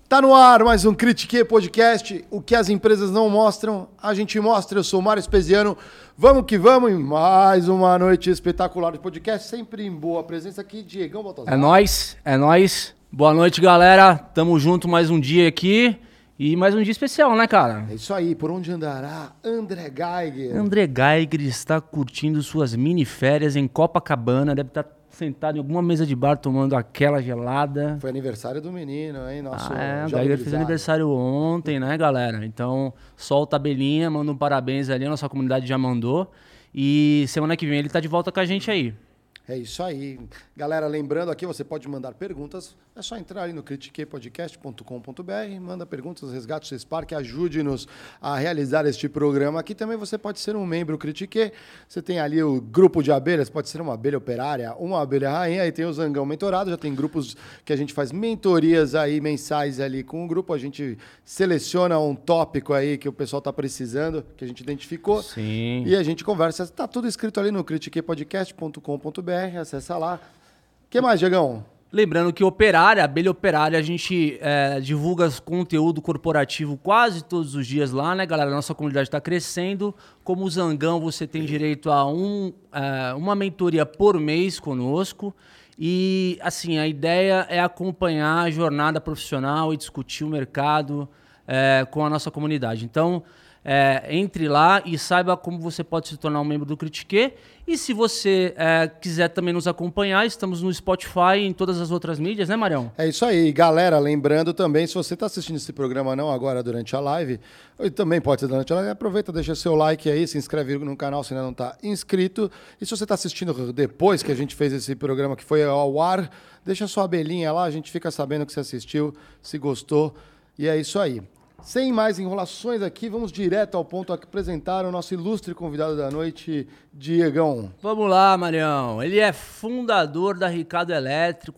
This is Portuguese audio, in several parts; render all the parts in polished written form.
Tá no ar mais um Critique Podcast. O que as empresas não mostram, a gente mostra. Eu sou o Mário Espesiano. Vamos que vamos em mais uma noite espetacular de podcast. Sempre em boa presença aqui, Diegão Baltazar. É nóis. Boa noite, galera. Tamo junto mais um dia aqui. E mais um dia especial, né, cara? É isso aí. Por onde andará André Geiger? André Geiger está curtindo suas mini-férias em Copacabana. Deve estar sentado em alguma mesa de bar tomando aquela gelada. Foi aniversário do menino, hein? Nosso o Geiger fez aniversário ontem, né, galera? Então, solta a belinha, manda um parabéns ali, a nossa comunidade já mandou. E semana que vem ele tá de volta com a gente aí. É isso aí. Galera, lembrando aqui, você pode mandar perguntas. É só entrar aí no critiquepodcast.com.br, manda perguntas, resgate o Spark, ajude-nos a realizar este programa. Aqui também você pode ser um membro Critique. Você tem ali o grupo de abelhas, pode ser uma abelha operária, uma abelha rainha, aí tem o Zangão Mentorado, já tem grupos que a gente faz mentorias aí mensais ali com o grupo. A gente seleciona um tópico aí que o pessoal está precisando, que a gente identificou. Sim. E a gente conversa. Está tudo escrito ali no critiquepodcast.com.br. Acessa lá. O que mais, Diegão? Lembrando que Abelha Operária, a gente divulga conteúdo corporativo quase todos os dias lá, né, galera? Nossa comunidade está crescendo. Como o Zangão, você tem direito a uma mentoria por mês conosco. E, assim, a ideia é acompanhar a jornada profissional e discutir o mercado com a nossa comunidade. Então, entre lá e saiba como você pode se tornar um membro do Critique. E se você quiser também nos acompanhar, estamos no Spotify e em todas as outras mídias, né, Marião? É isso aí. Galera, lembrando também, se você está assistindo esse programa não agora durante a live, ou também pode ser durante a live, aproveita, deixa seu like aí, se inscreve no canal se ainda não está inscrito. E se você está assistindo depois que a gente fez esse programa que foi ao ar, deixa sua abelhinha lá, a gente fica sabendo que você assistiu, se gostou. E é isso aí. Sem mais enrolações aqui, vamos direto ao ponto a apresentar o nosso ilustre convidado da noite, Diegão. Vamos lá, Marião. Ele é fundador da Ricardo Eletro.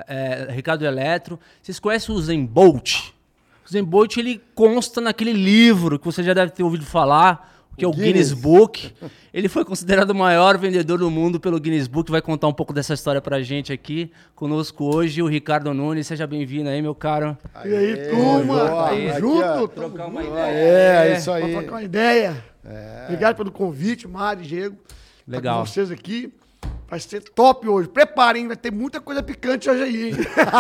Vocês conhecem o Usain Bolt? O Usain Bolt, ele consta naquele livro que você já deve ter ouvido falar, que é o Guinness Book. Ele foi considerado o maior vendedor do mundo pelo Guinness Book. Vai contar um pouco dessa história pra gente aqui. Conosco hoje, o Ricardo Nunes. Seja bem-vindo aí, meu caro. E aí, turma? Tamo junto? Trocar uma ideia. É isso aí. Vamos trocar uma ideia. Obrigado pelo convite, Mário, Diego. Legal. Tá com vocês aqui. Vai ser top hoje. Preparem, vai ter muita coisa picante hoje aí, hein?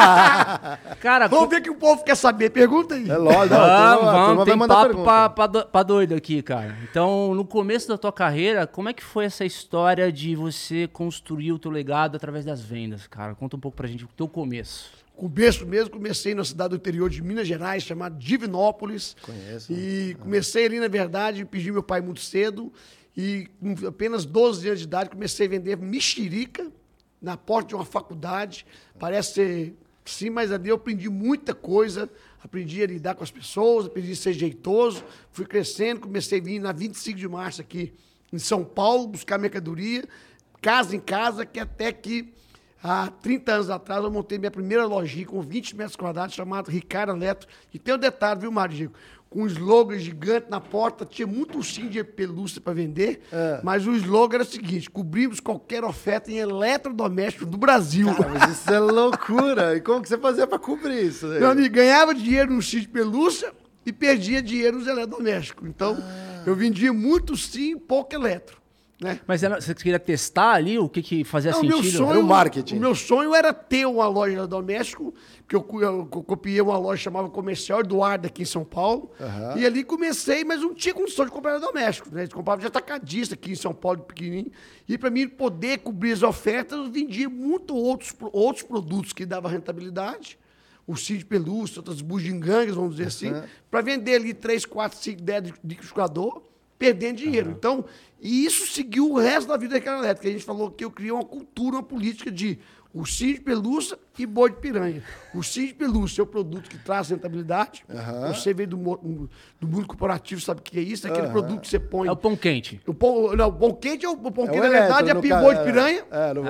Cara, Vamos ver o que o povo quer saber. Pergunta aí. É lógico. Vamos, tem papo pra doido aqui, cara. Então, no começo da tua carreira, como é que foi essa história de você construir o teu legado através das vendas, cara? Conta um pouco pra gente o teu começo. Começo mesmo, comecei na cidade do interior de Minas Gerais, chamada Divinópolis. Conheço. E comecei ali, na verdade, pedi meu pai muito cedo. E com apenas 12 anos de idade, comecei a vender mexerica na porta de uma faculdade. Parece ser sim, mas ali eu aprendi muita coisa. Aprendi a lidar com as pessoas, aprendi a ser jeitoso. Fui crescendo, comecei a vir na 25 de março aqui em São Paulo, buscar mercadoria, casa em casa, que até que há 30 anos atrás eu montei minha primeira lojinha com 20 metros quadrados, chamada Ricardo Eletro. E tem um detalhe, viu, Mário? Com um slogan gigante na porta, tinha muito ursinho de pelúcia para vender, mas o slogan era o seguinte: cobrimos qualquer oferta em eletrodoméstico do Brasil. Cara, mas isso é loucura. E como que você fazia para cobrir isso? Aí? Meu amigo, ganhava dinheiro no ursinho de pelúcia e perdia dinheiro nos eletrodomésticos. Então, eu vendia muito sim e pouco eletro. Né? Mas você queria testar ali o que fazia sentido? Era o marketing. O meu sonho era ter uma loja de doméstico, que eu copiei uma loja chamada Comercial Eduardo aqui em São Paulo. E ali comecei, mas não tinha condição de comprar doméstico. Né? Eles compravam de atacadista aqui em São Paulo, pequenininho. E para mim poder cobrir as ofertas, eu vendia muito outros produtos que davam rentabilidade. Ursinho de pelúcia, outras bugigangas, vamos dizer assim. Para vender ali 3, 4, 5, 10 de liquidificador, perdendo dinheiro. Então, e isso seguiu o resto da vida daquela elétrica. A gente falou que eu criei uma cultura, uma política de ursinho de pelúcia e boi de piranha. Ursinho de pelúcia é o produto que traz rentabilidade. Você veio do mundo corporativo, sabe o que é isso? É aquele produto que você põe... É o pão quente. O pão quente, na verdade, é boi de piranha.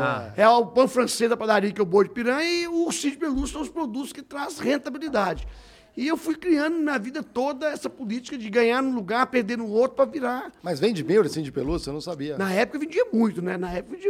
É o pão francês da padaria, que é o boi de piranha, e o ursinho de pelúcia são os produtos que trazem rentabilidade. E eu fui criando na vida toda essa política de ganhar num lugar, perder no outro para virar. Mas vende bem o ursinho de pelúcia? Eu não sabia. Na época eu vendia muito, né?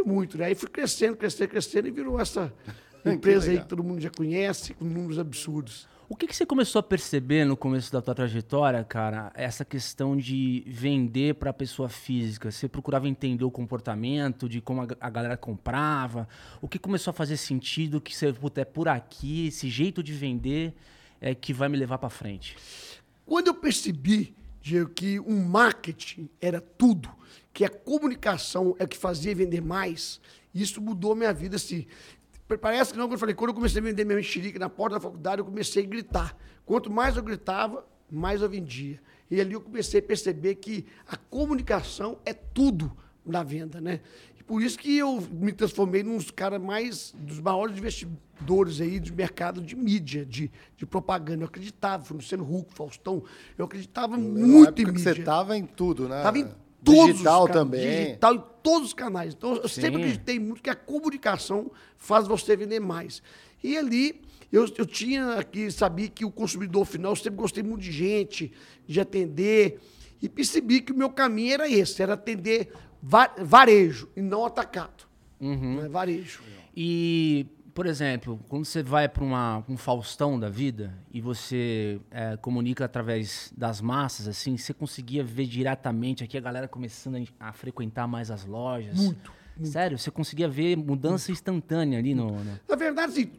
Aí fui crescendo e virou essa empresa aí que todo mundo já conhece, com números absurdos. O que você começou a perceber no começo da tua trajetória, cara? Essa questão de vender para a pessoa física. Você procurava entender o comportamento, de como a galera comprava. O que começou a fazer sentido, que você, puta, é por aqui, esse jeito de vender é que vai me levar para frente? Quando eu percebi, Diego, que o marketing era tudo, que a comunicação é o que fazia vender mais, isso mudou minha vida, assim. Parece que não, quando eu comecei a vender meu mexerique na porta da faculdade, eu comecei a gritar. Quanto mais eu gritava, mais eu vendia. E ali eu comecei a perceber que a comunicação é tudo na venda, né? E por isso que eu me transformei num dos caras dos maiores investidores aí de mercado de mídia, de propaganda. Eu acreditava, foi no Luciano Huck, Faustão, eu acreditava muito em mídia. Você estava em tudo, né? Estava em todos digital os também. Digital em todos os canais. Então, eu Sim. sempre acreditei muito que a comunicação faz você vender mais. E ali, eu tinha que sabia que o consumidor final, eu sempre gostei muito de gente, de atender, e percebi que o meu caminho era esse, era atender varejo e não atacado. Né? Varejo. E, por exemplo, quando você vai para um Faustão da vida e você comunica através das massas, assim, você conseguia ver diretamente aqui a galera começando a frequentar mais as lojas? Muito. Sério? Você conseguia ver mudança instantânea ali no... Na verdade, assim,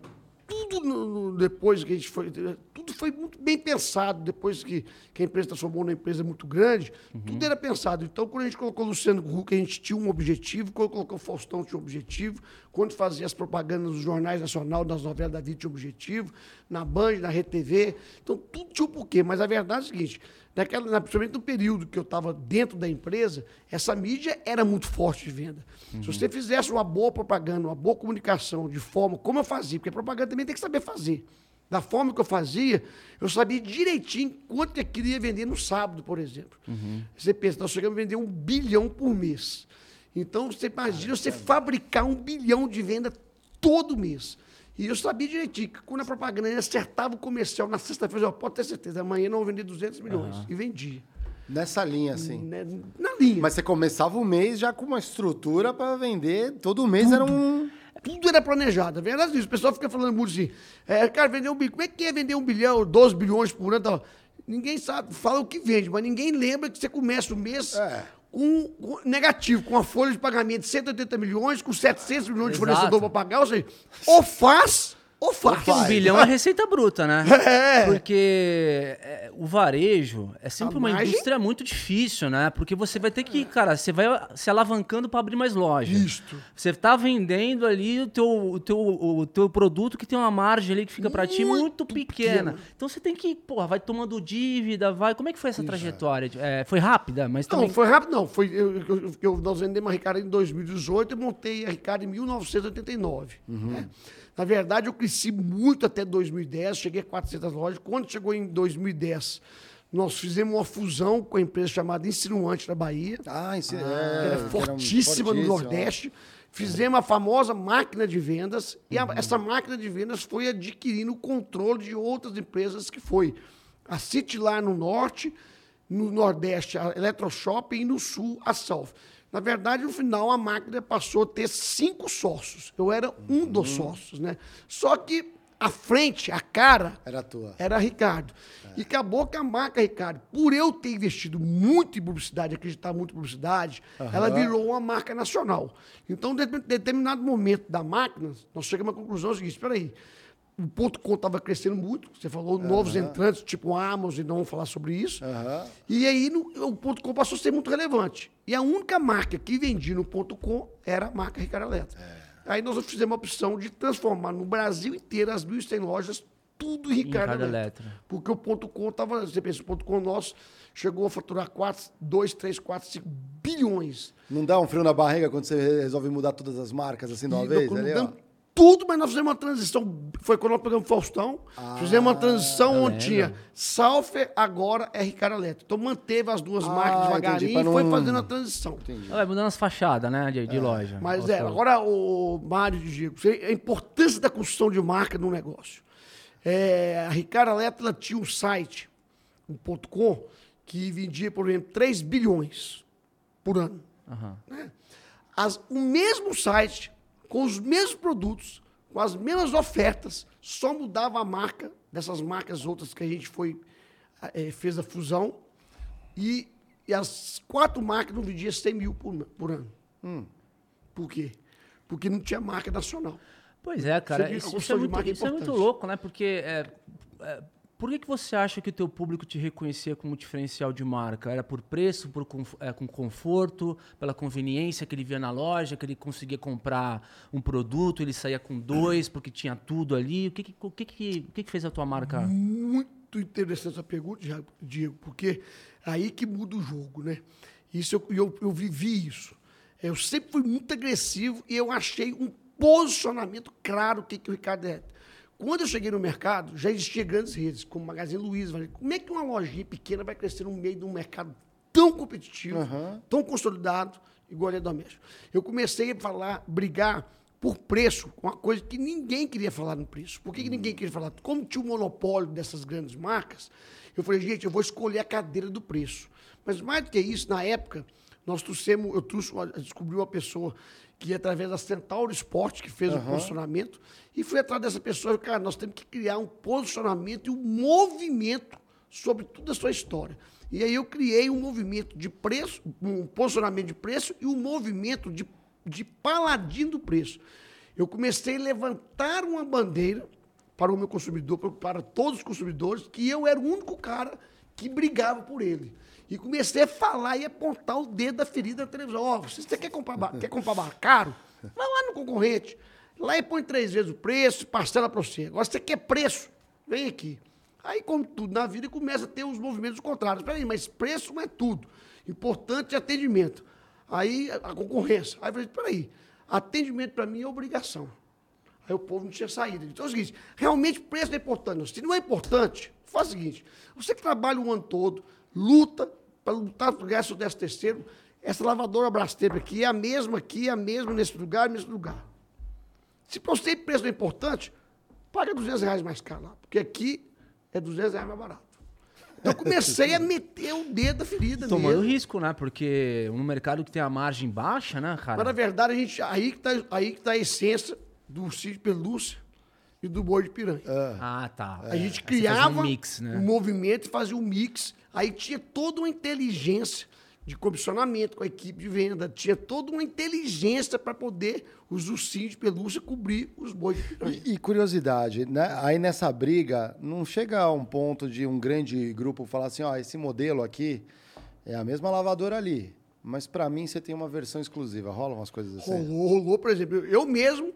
tudo depois que a gente foi... Tudo foi muito bem pensado. Depois que a empresa transformou numa empresa muito grande, tudo era pensado. Então, quando a gente colocou o Luciano Huck, a gente tinha um objetivo. Quando colocou o Faustão, tinha um objetivo. Quando fazia as propagandas dos jornais nacionais, das novelas da vida, tinha um objetivo. Na Band, na RTV. Então, tudo tinha um porquê. Mas a verdade é o seguinte... principalmente no período que eu estava dentro da empresa, essa mídia era muito forte de venda. Se você fizesse uma boa propaganda, uma boa comunicação, de forma como eu fazia, porque a propaganda também tem que saber fazer. Da forma que eu fazia, eu sabia direitinho quanto eu queria vender no sábado, por exemplo. Você pensa, nós chegamos a vender 1 bilhão por mês. Então, você imagina você fabricar 1 bilhão de venda todo mês. E eu sabia direitinho que quando a propaganda acertava o comercial na sexta-feira, eu pode ter certeza, amanhã não vou vender 200 milhões. E vendia. Nessa linha, assim. Na linha. Mas você começava o mês já com uma estrutura para vender, todo mês era um... Tudo era planejado. A verdade é isso. O pessoal fica falando muito assim, cara, vender 1 bilhão. Como é que é vender 1 bilhão, 12 bilhões por ano? Tal? Ninguém sabe, fala o que vende, mas ninguém lembra que você começa o mês... com negativo, com a folha de pagamento de 180 milhões, com 700 milhões de fornecedor para pagar, ou seja, ou faz. Porque 1 bilhão é receita bruta, né? Porque o varejo é sempre uma indústria muito difícil, né? Porque você vai ter que, cara, você vai se alavancando para abrir mais loja. Isto. Você tá vendendo ali o teu produto que tem uma margem ali que fica para ti muito pequena. Então você tem que, porra, vai tomando dívida, vai... Como é que foi essa trajetória? Foi rápida, mas também... Não, foi rápido não. Nós vendemos a Ricardo em 2018 e montei a Ricardo em 1989. Né? Na verdade, eu cresci muito até 2010, cheguei a 400 lojas. Quando chegou em 2010, nós fizemos uma fusão com a empresa chamada Insinuante da Bahia. Que era fortíssima no Nordeste. Fizemos a famosa máquina de vendas. E essa máquina de vendas foi adquirindo o controle de outras empresas, que foi a City lá no Norte, no Nordeste a Eletroshopping e no Sul a South. Na verdade, no final, a máquina passou a ter 5 sócios. Eu era um dos sócios, né? Só que a frente, a cara... Era tua. Era Ricardo. E acabou que a marca Ricardo, por eu ter investido muito em publicidade, acreditar muito em publicidade, ela virou uma marca nacional. Então, em determinado momento da máquina, nós chegamos à conclusão seguinte, espera aí, o .com estava crescendo muito, você falou novos entrantes, tipo a Amazon, e não vamos falar sobre isso. E aí o .com passou a ser muito relevante. E a única marca que vendia no .com era a marca Ricardo Eletro. Aí nós fizemos a opção de transformar no Brasil inteiro as 1.100 lojas, tudo em Ricardo Eletro. Porque o .com estava, você pensa, o .com nosso chegou a faturar 2, 3, 4, 5 bilhões. Não dá um frio na barriga quando você resolve mudar todas as marcas assim de uma vez? Tudo, mas nós fizemos uma transição. Foi quando nós pegamos Faustão. Fizemos uma transição onde tinha Salfer, agora é Ricardo Eletro. Então manteve as duas marcas devagarinho e foi fazendo a transição. Vai mudando as fachadas, né? De loja. Mas agora o Mário e Diego, a importância da construção de marca no negócio. A Ricardo Eletro ela tinha um site, um .com, que vendia, por exemplo, 3 bilhões por ano. Né? O mesmo site, com os mesmos produtos, com as mesmas ofertas, só mudava a marca dessas marcas outras que a gente fez a fusão, e as 4 marcas não vendiam 100 mil por ano. Por quê? Porque não tinha marca nacional. Pois é, cara, isso é muito louco, né? Porque por que você acha que o teu público te reconhecia como diferencial de marca? Era por preço, com conforto, pela conveniência que ele via na loja, que ele conseguia comprar um produto, ele saía com 2 porque tinha tudo ali? O que fez a tua marca? Muito interessante essa pergunta, Diego, porque aí que muda o jogo, né? Eu vivi isso. Eu sempre fui muito agressivo e eu achei um posicionamento claro o que o Ricardo é. Quando eu cheguei no mercado, já existiam grandes redes, como Magazine Luiza. Como é que uma lojinha pequena vai crescer no meio de um mercado tão competitivo, tão consolidado, igual a Doméstico? Eu comecei a brigar por preço, uma coisa que ninguém queria falar no preço. Por que ninguém queria falar? Como tinha o monopólio dessas grandes marcas, eu falei, gente, eu vou escolher a cadeira do preço. Mas mais do que isso, na época, descobri uma pessoa que, através da Centauro Sport, que fez o posicionamento, e fui atrás dessa pessoa, cara, nós temos que criar um posicionamento e um movimento sobre toda a sua história. E aí eu criei um movimento de preço, um posicionamento de preço e um movimento de paladino do preço. Eu comecei a levantar uma bandeira para o meu consumidor, para todos os consumidores, que eu era o único cara que brigava por ele. E comecei a falar e apontar o dedo da ferida na televisão. Você quer comprar caro? Vai lá no concorrente. Lá e põe 3 vezes o preço, parcela para você. Agora, você quer preço? Vem aqui. Aí, como tudo na vida, começa a ter os movimentos contrários. Peraí, mas preço não é tudo. Importante é atendimento. Aí, a concorrência. Aí eu falei, peraí, atendimento para mim é obrigação. Aí o povo não tinha saída. Então é o seguinte, realmente preço é importante. Se não é importante, faz o seguinte, você que trabalha o ano todo, luta para lutar para ganhar seu 13º, essa lavadora Brastemp aqui, é a mesma nesse lugar, nesse lugar. Se para você preço não é importante, paga R$200 mais caro lá, porque aqui é R$200 mais barato. Então eu comecei a meter o dedo da ferida mesmo. Tomando risco, né? Porque no mercado que tem a margem baixa, né, cara? Mas na verdade, aí que tá a essência do Cid Pelúcia e do Boi de Piranha. Tá. A gente criava um mix, né? um movimento e fazia um mix. Aí tinha toda uma inteligência de comissionamento com a equipe de venda. Tinha toda uma inteligência para poder os ursinhos de pelúcia cobrir os bois de piranha. E curiosidade, né? Aí nessa briga, não chega a um ponto de um grande grupo falar assim, esse modelo aqui é a mesma lavadora ali, mas para mim você tem uma versão exclusiva. Rola umas coisas assim? Rolou, por exemplo, eu mesmo,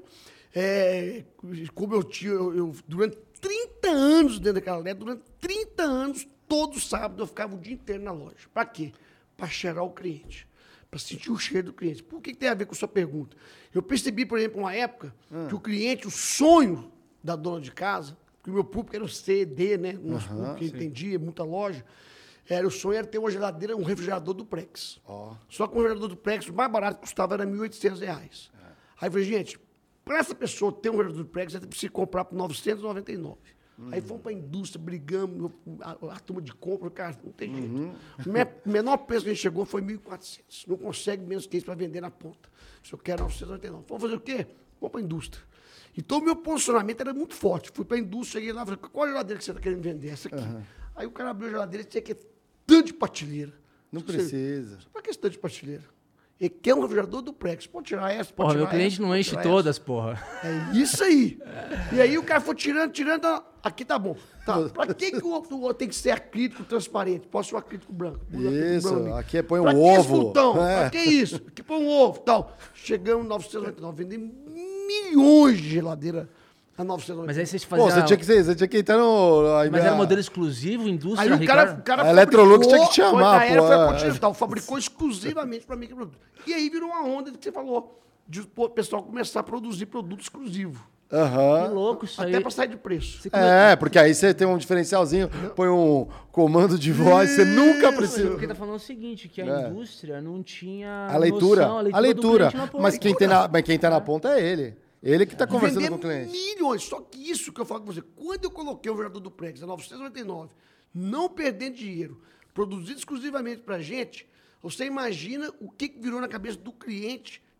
como eu tinha, durante 30 anos dentro daquela LED, durante 30 anos, todo sábado eu ficava o dia inteiro na loja. Para quê? Para cheirar o cliente, para sentir o cheiro do cliente. Por que tem a ver com a sua pergunta? Eu percebi, por exemplo, uma época que o cliente, o sonho da dona de casa, que o meu público era o C, D, né? Nosso público que entendia, muita loja, o sonho era ter uma geladeira, um refrigerador do Prex. Só que o refrigerador do Prex, o mais barato que custava era R$1.800. Aí eu falei, gente, para essa pessoa ter um refrigerador do Prex, ela precisa comprar por R$999. Aí fomos para a indústria, brigamos, a turma de compra, cara, não tem jeito. O menor preço que a gente chegou foi R$1.400. Não consegue menos que isso para vender na ponta. Se eu quero R$999. Vamos fazer o quê? Vamos para a indústria. Então, o meu posicionamento era muito forte. Fui para a indústria, cheguei lá e falei, qual a geladeira que você está querendo vender? Essa aqui. Aí o cara abriu a geladeira e tinha que tanto de prateleira. Não precisa. Para que esse tanto de prateleira? Ele quer um refrigerador do Prex. Pode tirar essa, pode tirar meu cliente essa, não enche todas, porra. É isso aí. E aí o cara foi tirando, aqui tá bom. Tá. Pra que o outro tem que ser acrílico transparente? Pode ser um acrílico branco. Isso, branco. aqui põe um pra ovo. Pra que isso? Aqui põe um ovo tal. Chegamos em 999, vendemos milhões de geladeira a 999. Mas aí vocês faziam... Pô, você tinha que entrar no... Mas era modelo exclusivo, indústria, aí o cara a Electrolux tinha que te chamar, pô. Foi a Continental, fabricou exclusivamente para microprodutos. E aí virou uma onda que você falou, de o pessoal começar a produzir produto exclusivo. Que louco isso aí. Até para sair de preço. Porque aí você tem um diferencialzinho, põe um comando de voz, você nunca precisa... Porque tá falando o seguinte, que a indústria não tinha a leitura. Noção, a leitura. Mas quem tá na ponta é ele. Ele que está conversando com o cliente. Milhões. Só que isso que eu falo com você, quando eu coloquei o vereador do Prex a 999, não perdendo dinheiro, produzido exclusivamente para a gente, você imagina o que virou na cabeça do cliente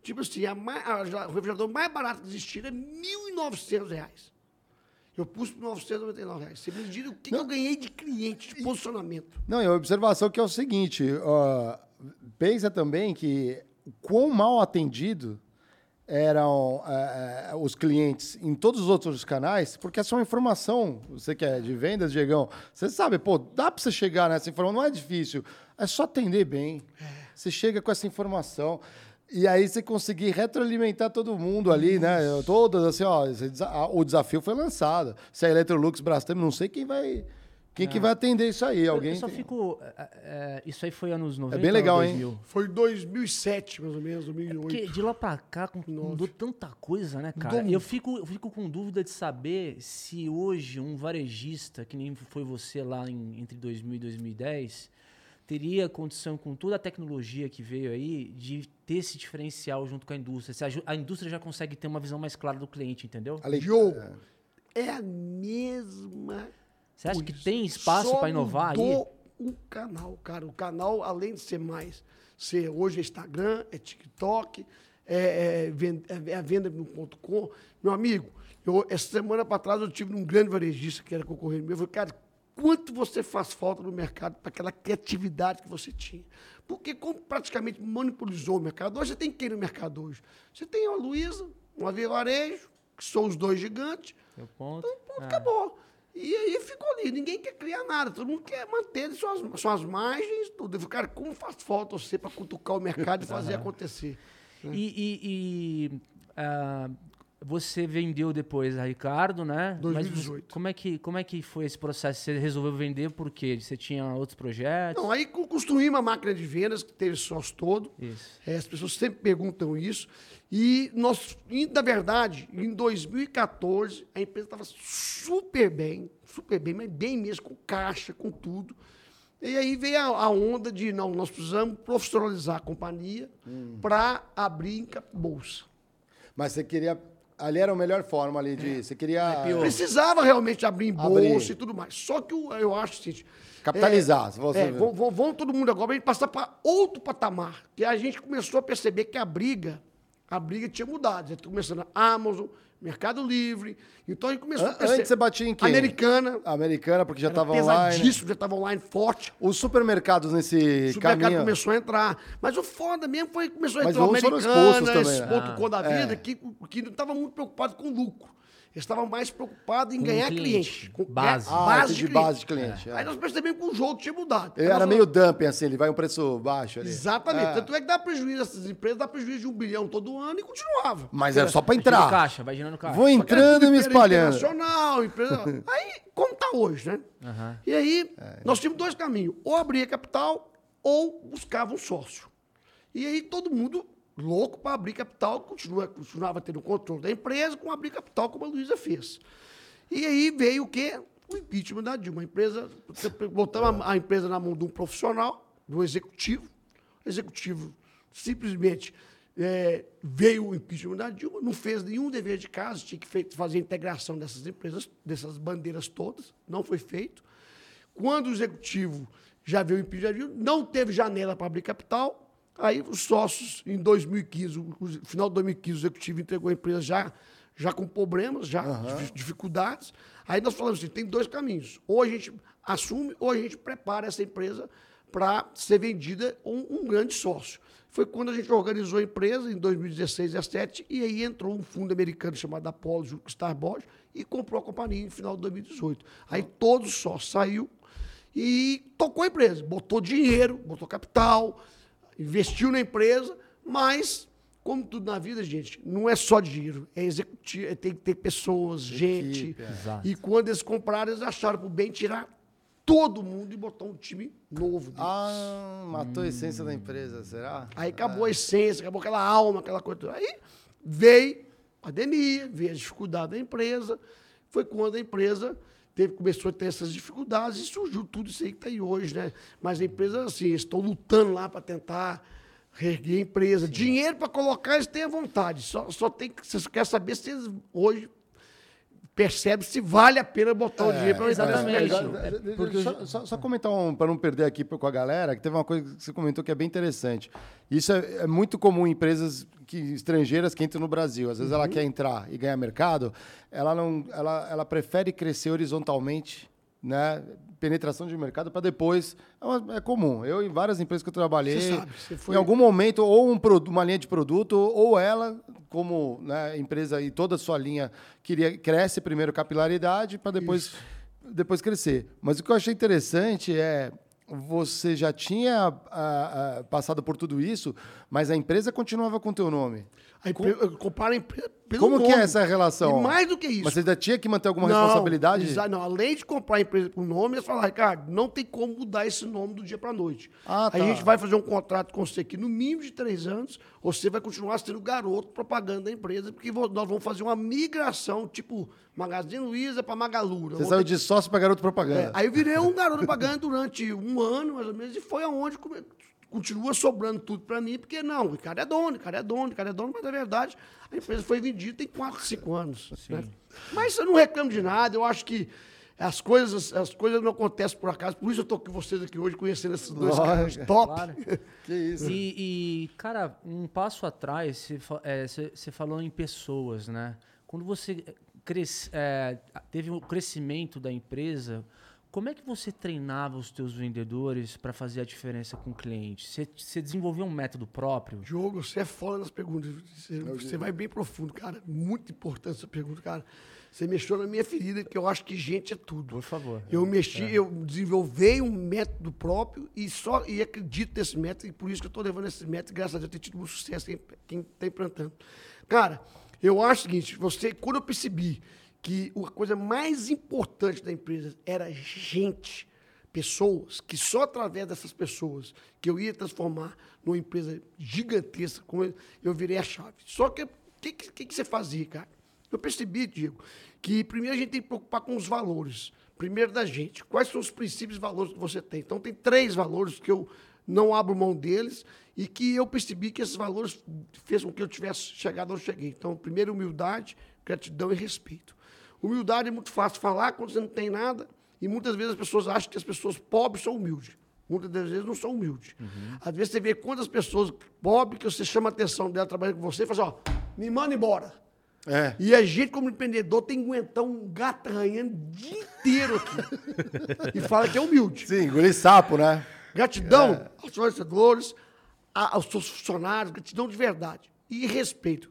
Tipo assim, o refrigerador mais barato que existia era R$ 1.900. Eu pus por R$ 999. Você me diz o que eu ganhei de cliente, de posicionamento. Não, e a observação que é o seguinte, pensa também que quão mal atendido eram os clientes em todos os outros canais, porque essa é uma informação, você que é de vendas, Diegão, você sabe, pô, dá para você chegar nessa informação, não é difícil, é só atender bem. Você chega com essa informação e aí você conseguir retroalimentar todo mundo ali, né? Todas, assim, ó, o desafio foi lançado. Se é Electrolux, Brastemp, não sei quem vai atender isso aí. Alguém Eu só fico... isso aí foi anos 90, É bem legal, 2000. hein? Foi 2007, mais ou menos, 2008. Porque de lá pra cá mudou tanta coisa, né, cara? Mudou Eu fico com dúvida de saber se hoje um varejista, que nem foi você lá entre 2000 e 2010, teria condição, com toda a tecnologia que veio aí, de ter esse diferencial junto com a indústria. Se a indústria já consegue ter uma visão mais clara do cliente, entendeu? Diogo, é a mesma. Você acha que tem espaço para inovar aí? O canal, cara. O canal, além de ser hoje é Instagram, é TikTok, é a venda.com. Meu amigo, essa semana para trás eu tive um grande varejista que era concorrente meu. Eu falei, cara, quanto você faz falta no mercado para aquela criatividade que você tinha? Porque como praticamente monopolizou o mercado, hoje você tem quem no mercado hoje? Você tem a Luiza, uma Via Varejo, que são os dois gigantes. Meu ponto. Então, ponto, acabou. E aí ficou ali, ninguém quer criar nada, todo mundo quer manter suas margens, tudo. Eu falei, cara, como faz falta você para cutucar o mercado e fazer acontecer? Você vendeu depois a Ricardo, né? 2018. Mas como é que foi esse processo? Você resolveu vender por quê? Você tinha outros projetos? Não, aí construí uma máquina de vendas que teve sócio todo. Isso. As pessoas sempre perguntam isso. E na verdade, em 2014, a empresa estava super bem, mas bem mesmo, com caixa, com tudo. E aí veio a onda de, não, nós precisamos profissionalizar a companhia para abrir em bolsa. Mas você queria... Ali era a melhor forma ali de... Você queria... Precisava realmente abrir em bolsa e tudo mais. Só que eu acho o seguinte... Capitalizar. Vamos todo mundo agora, a gente passar para outro patamar. Que a gente começou a perceber que a briga tinha mudado. Já começando a Amazon, Mercado Livre. Então a gente começou a perceber... Antes você batia em quem? Americana, porque já estava online. Pesadíssimo, já estava online forte. Os supermercados nesse caminho... O supermercado começou a entrar. Mas o foda mesmo foi que começou a entrar Mas Americanas, .com da vida, que não estava muito preocupado com lucro. Eles estavam mais preocupados em ganhar cliente. Com base. Base de cliente. Aí nós percebemos que o jogo tinha mudado. Ele era meio dumping, assim, ele vai um preço baixo ali. Exatamente. Tanto é que dá prejuízo essas empresas, dá prejuízo de 1 bilhão todo ano e continuava. Mas era só para entrar. Vai girando caixa. Vou entrando e me espalhando. Aí, como está hoje, né? E aí, nós tínhamos dois caminhos. Ou abria capital, ou buscava um sócio. E aí, todo mundo... louco para abrir capital, continuava tendo controle da empresa, com abrir capital, como a Luiza fez. E aí veio o quê? O impeachment da Dilma. Botamos a empresa na mão de um profissional, do executivo. O executivo simplesmente veio o impeachment da Dilma, não fez nenhum dever de casa, tinha que fazer a integração dessas empresas, dessas bandeiras todas, não foi feito. Quando o executivo já veio o impeachment da Dilma, não teve janela para abrir capital. Aí os sócios, em 2015, no final de 2015, o executivo entregou a empresa já com problemas, dificuldades. Aí nós falamos assim, tem dois caminhos. Ou a gente assume, ou a gente prepara essa empresa para ser vendida a um grande sócio. Foi quando a gente organizou a empresa, em 2016 e 2017, e aí entrou um fundo americano chamado Apollo, junto com o Starboard, e comprou a companhia no final de 2018. Aí todos os sócios saiu e tocou a empresa. Botou dinheiro, botou capital... investiu na empresa, mas, como tudo na vida, gente, não é só dinheiro, é executivo, tem que ter pessoas, gente. E quando eles compraram, eles acharam por bem tirar todo mundo e botar um time novo. Matou a essência da empresa, será? Aí acabou a essência, acabou aquela alma, aquela coisa. Aí veio a pandemia, veio a dificuldade da empresa. Foi quando a empresa... começou a ter essas dificuldades e surgiu tudo isso aí que está aí hoje, né? Mas a empresa, assim, estão lutando lá para tentar reerguer a empresa. Sim. Dinheiro para colocar, eles têm à vontade. Só tem que... Você quer saber se eles hoje percebe se vale a pena botar o dinheiro para exatamente. Só comentar para não perder aqui com a galera, que teve uma coisa que você comentou que é bem interessante. Isso é muito comum em empresas estrangeiras que entram no Brasil. Às vezes ela quer entrar e ganhar mercado, ela prefere crescer horizontalmente, né? Penetração de mercado para depois. É comum. Eu, em várias empresas que eu trabalhei, em algum momento, ou uma linha de produto, ou ela, como, né, empresa e toda a sua linha, cresce primeiro capilaridade para depois crescer. Mas o que eu achei interessante é você já tinha passado por tudo isso, mas a empresa continuava com o teu nome. Compara a empresa pelo Como nome. que é essa relação? E mais do que isso. Mas você ainda tinha que manter alguma responsabilidade? Não, além de comprar a empresa por nome, eles falaram, Ricardo, não tem como mudar esse nome do dia para a noite. Tá. A gente vai fazer um contrato com você aqui no mínimo de 3 anos, você vai continuar sendo garoto propaganda da empresa, porque nós vamos fazer uma migração, tipo Magazine Luiza para Magalu. Você saiu de sócio para garoto propaganda. Aí eu virei um garoto propaganda durante 1 ano, mais ou menos, e foi aonde continua sobrando tudo para mim, porque não, o cara é dono, mas na verdade a empresa foi vendida tem 4, 5 anos. Né? Mas eu não reclamo de nada, eu acho que as coisas não acontecem por acaso, por isso eu estou com vocês aqui hoje, conhecendo esses dois caras top. Claro. Que isso. E, cara, um passo atrás, você falou em pessoas, né? Quando você teve um crescimento da empresa, como é que você treinava os teus vendedores para fazer a diferença com o cliente? Você desenvolveu um método próprio? Diogo, você é foda nas perguntas. Você vai bem profundo, cara. Muito importante essa pergunta, cara. Você mexeu na minha ferida, porque eu acho que gente é tudo. Por favor. Eu desenvolvi um método próprio e acredito nesse método, e por isso que eu estou levando esse método, e graças a Deus tem tido muito sucesso quem está implantando. Cara, eu acho o seguinte, quando eu percebi que a coisa mais importante da empresa era gente, pessoas, que só através dessas pessoas que eu ia transformar numa empresa gigantesca, como eu virei a chave. Só que o que você fazia, cara? Eu percebi, Diego, que primeiro a gente tem que preocupar com os valores. Primeiro da gente. Quais são os princípios e valores que você tem? Então, tem 3 valores que eu não abro mão deles e que eu percebi que esses valores fez com que eu tivesse chegado onde eu cheguei. Então, primeiro, humildade, gratidão e respeito. Humildade é muito fácil falar quando você não tem nada, e muitas vezes as pessoas acham que as pessoas pobres são humildes. Muitas das vezes não são humildes. Às vezes você vê quantas pessoas pobres que você chama a atenção dela trabalhando com você e fala assim, me manda embora. E a gente, como empreendedor, tem que aguentar um gato arranhando o dia inteiro aqui. E fala que é humilde. Sim, engolir sapo, né? Gratidão aos fornecedores, aos seus funcionários, gratidão de verdade. E respeito.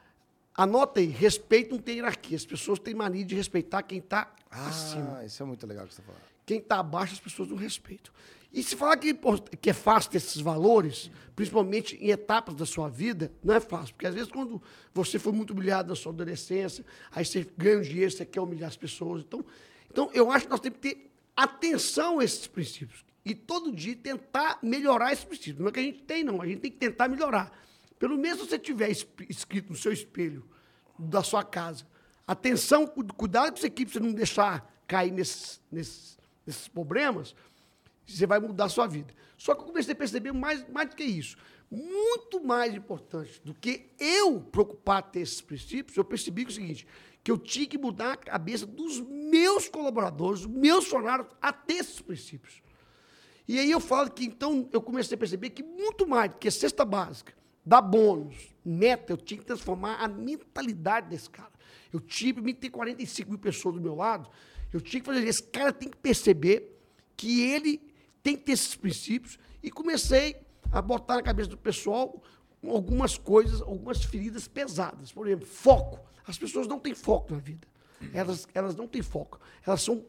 Anota aí, respeito não tem hierarquia. As pessoas têm mania de respeitar quem está acima. Isso é muito legal que você está falando. Quem está abaixo, as pessoas não respeitam. E se falar que é fácil ter esses valores, principalmente em etapas da sua vida, não é fácil. Porque às vezes quando você foi muito humilhado na sua adolescência, aí você ganha um dinheiro, você quer humilhar as pessoas. Então eu acho que nós temos que ter atenção a esses princípios. E todo dia tentar melhorar esses princípios. Não é que a gente tem, não. A gente tem que tentar melhorar. Pelo menos se você tiver escrito no seu espelho da sua casa, atenção, cuidado com isso aqui, para você não deixar cair nesses problemas, você vai mudar a sua vida. Só que eu comecei a perceber mais do que isso. Muito mais importante do que eu preocupar ter esses princípios, eu percebi que é o seguinte, que eu tinha que mudar a cabeça dos meus colaboradores, dos meus funcionários, a ter esses princípios. E aí eu falo que, então, eu comecei a perceber que muito mais do que cesta básica, dar bônus, meta, eu tinha que transformar a mentalidade desse cara. Eu tinha que ter 45 mil pessoas do meu lado, eu tinha que fazer, esse cara tem que perceber que ele tem que ter esses princípios, e comecei a botar na cabeça do pessoal algumas coisas, algumas feridas pesadas. Por exemplo, foco. As pessoas não têm foco na vida. Elas não têm foco. Elas são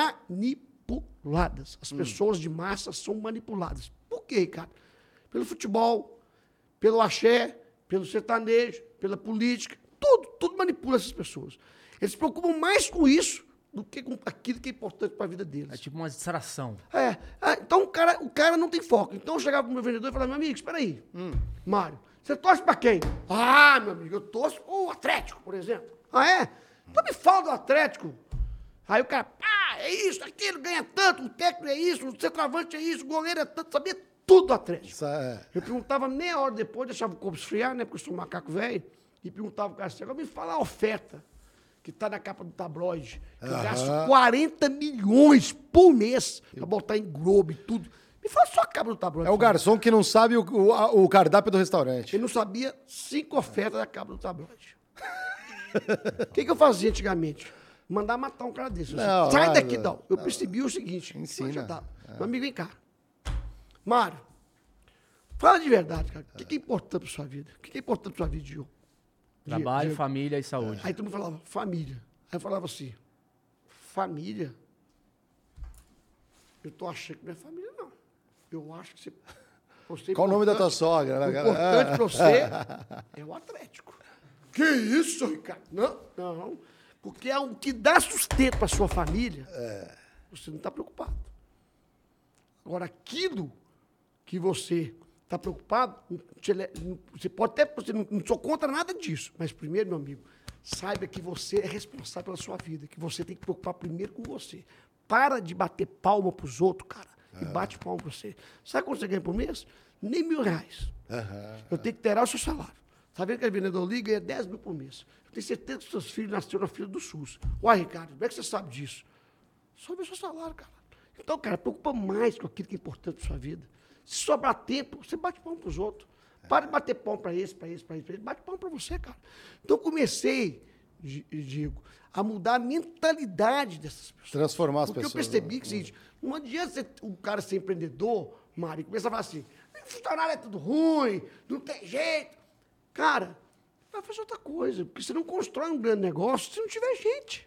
manipuladas. As pessoas de massa são manipuladas. Por quê, cara? Pelo futebol, pelo axé, pelo sertanejo, pela política. Tudo manipula essas pessoas. Eles se preocupam mais com isso do que com aquilo que é importante para a vida deles. É tipo uma distração. Então o cara não tem foco. Então eu chegava pro meu vendedor e falava, meu amigo, espera aí, Mário, você torce para quem? Ah, meu amigo, eu torço o Atlético, por exemplo. Ah, é? Então me fala do Atlético. Aí o cara, é isso, aquilo, ganha tanto, o técnico é isso, o centroavante é isso, o goleiro é tanto, sabia tudo do Atlético. Eu perguntava meia hora depois, deixava o corpo esfriar, né, porque eu sou um macaco velho, e perguntava pro cara assim, agora me fala a oferta. que tá na capa do tabloide, que eu gasto 40 milhões por mês pra botar em Globo e tudo. Me fala só a capa do tabloide. É o garçom que não sabe o cardápio do restaurante. Ele não sabia 5 ofertas da capa do tabloide. O que eu fazia antigamente? Mandar matar um cara desse. Não, Sai daqui, não. Eu percebi o seguinte. Ensina. Meu amigo, vem cá. Mário, fala de verdade, cara. O que é importante pra sua vida? O que é importante pra sua vida, Diogo? Trabalho, família e saúde. Aí todo mundo falava, família. Aí eu falava assim, família? Eu tô achando que não é família, não. Eu acho que você Qual o nome da tua sogra? O importante pra você é o Atlético. Que isso, Ricardo? Não. Porque é o que dá sustento pra sua família, você não está preocupado. Agora, aquilo que você está preocupado, você pode até, você não sou contra nada disso, mas primeiro, meu amigo, saiba que você é responsável pela sua vida, que você tem que preocupar primeiro com você. Para de bater palma pros outros, cara, e bate palma pra você. Sabe quanto você ganha por mês? Nem R$1.000. Eu tenho que terá o seu salário. Tá vendo que a vendedor ali ganha 10 mil por mês. Eu tenho certeza que seus filhos nasceram na fila do SUS. Uai, Ricardo, como é que você sabe disso? Só vê o seu salário, cara. Então, cara, preocupa mais com aquilo que é importante pra sua vida. Se sobrar tempo, você bate palma pros outros. Para de bater palma pra esse. Bate palma pra você, cara. Então, eu comecei, Diego, a mudar a mentalidade dessas pessoas. Transformar as pessoas. Porque eu percebi que, seguinte, não adianta um cara ser empreendedor, Mário, e começar a falar assim, funcionário é tudo ruim, não tem jeito. Cara, vai fazer outra coisa, porque você não constrói um grande negócio se não tiver gente.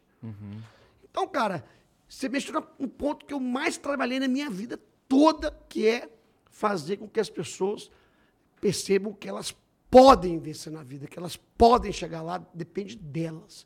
Então, cara, você mexeu no ponto que eu mais trabalhei na minha vida toda, que é fazer com que as pessoas percebam que elas podem vencer na vida, que elas podem chegar lá, depende delas.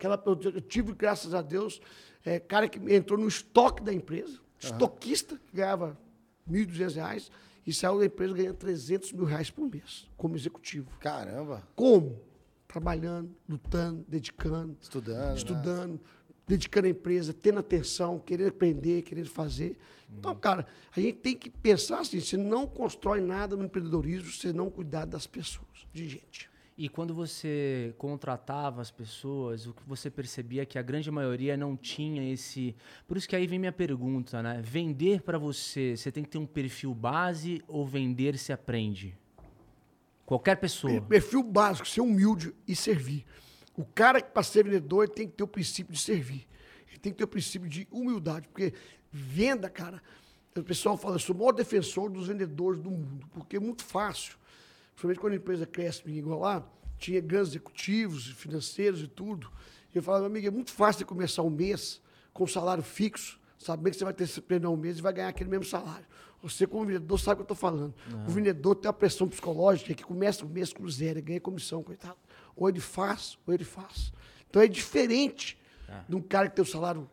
Eu tive, graças a Deus, cara que entrou no estoque da empresa, estoquista, que ganhava R$1.200, e saiu da empresa ganhando R$300 mil por mês, como executivo. Caramba. Como? Trabalhando, lutando, dedicando. Estudando. Né? Dedicando a empresa, tendo atenção, querendo aprender, querendo fazer. Então, cara, a gente tem que pensar assim, você não constrói nada no empreendedorismo se não cuidar das pessoas, de gente. E quando você contratava as pessoas, o que você percebia é que a grande maioria não tinha esse... Por isso que aí vem minha pergunta, né? Vender para você tem que ter um perfil base ou vender se aprende? Qualquer pessoa. Perfil básico, ser humilde e servir. O cara que para ser vendedor ele tem que ter o princípio de servir. Ele tem que ter o princípio de humildade. Porque venda, cara, o pessoal fala, eu sou o maior defensor dos vendedores do mundo. Porque é muito fácil. Principalmente quando a empresa cresce, igual lá, tinha grandes executivos, financeiros e tudo. Eu falava, meu amigo, é muito fácil de começar um mês com salário fixo, sabendo que você vai ter esse prêmio um mês e vai ganhar aquele mesmo salário. Você, como vendedor, sabe o que eu estou falando. O vendedor tem uma pressão psicológica que começa o mês com zero, ganha comissão, coitado. Ou ele faz. Então é diferente de um cara que tem o salário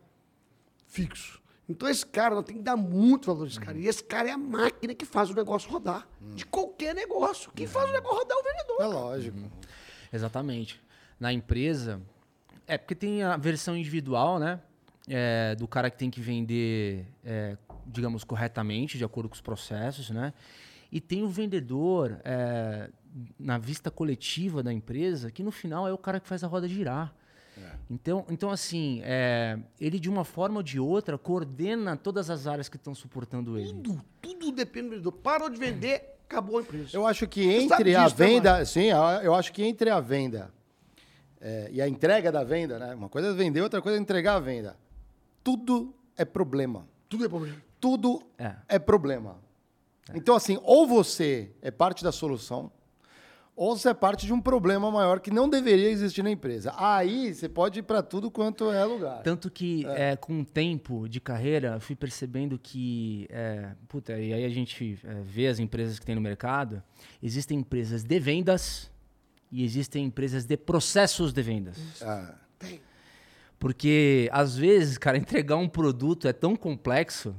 fixo. Então esse cara, nós temos que dar muito valor a esse cara. E esse cara é a máquina que faz o negócio rodar. De qualquer negócio. Quem faz o negócio rodar é o vendedor. É lógico. Exatamente. Na empresa, porque tem a versão individual, né? Do cara que tem que vender, digamos, corretamente, de acordo com os processos, né? E tem o vendedor, na vista coletiva da empresa, que no final é o cara que faz a roda girar. Então assim, ele de uma forma ou de outra coordena todas as áreas que estão suportando ele. Tudo depende do vendedor. Parou de vender, acabou a empresa. Eu acho que entre a venda, sim, eu acho que entre a venda e a entrega da venda, né? Uma coisa é vender, outra coisa é entregar a venda. Tudo é problema. Tudo é problema. Tudo é problema. Então, assim, ou você é parte da solução, ou você é parte de um problema maior que não deveria existir na empresa. Aí você pode ir para tudo quanto é lugar. Tanto que, com o tempo de carreira, eu fui percebendo que... e aí a gente vê as empresas que tem no mercado. Existem empresas de vendas e existem empresas de processos de vendas. Tem. Porque, às vezes, cara, entregar um produto é tão complexo,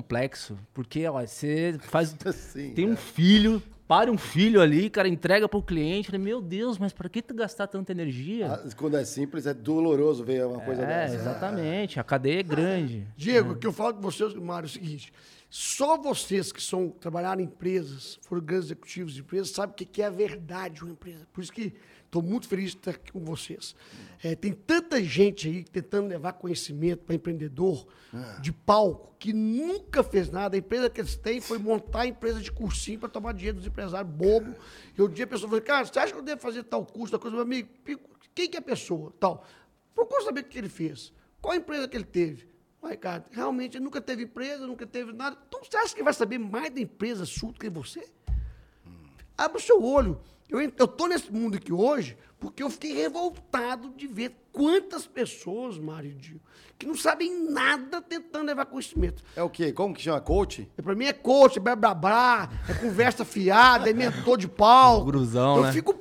porque você faz... Sim, tem um filho... Para um filho ali, cara, entrega para o cliente. Falei, meu Deus, mas para que tu gastar tanta energia? Quando é simples, é doloroso ver uma coisa dessa. Exatamente. A cadeia é grande. Diego, o que eu falo com vocês, Mário, é o seguinte. Só vocês que trabalharam em empresas, foram grandes executivos de empresas, sabem o que é a verdade de uma empresa. Por isso que Estou muito feliz de estar aqui com vocês. Tem tanta gente aí tentando levar conhecimento para empreendedor de palco que nunca fez nada. A empresa que eles têm foi montar a empresa de cursinho para tomar dinheiro dos empresários bobo. E um dia a pessoa falou, cara, você acha que eu devo fazer tal curso, tal coisa? Meu amigo, quem que é a pessoa? Tal. Procura saber o que ele fez. Qual a empresa que ele teve? Ricardo, realmente ele nunca teve empresa, nunca teve nada. Então você acha que vai saber mais da empresa sua do que você? Abre o seu olho. Eu estou nesse mundo aqui hoje porque eu fiquei revoltado de ver quantas pessoas, Mário e Dio, que não sabem nada tentando levar conhecimento. É o quê? Como que chama? Coach? Para mim é coach, é blá blá blá, é conversa fiada, é mentor de pau. Gruzão, né? Eu fico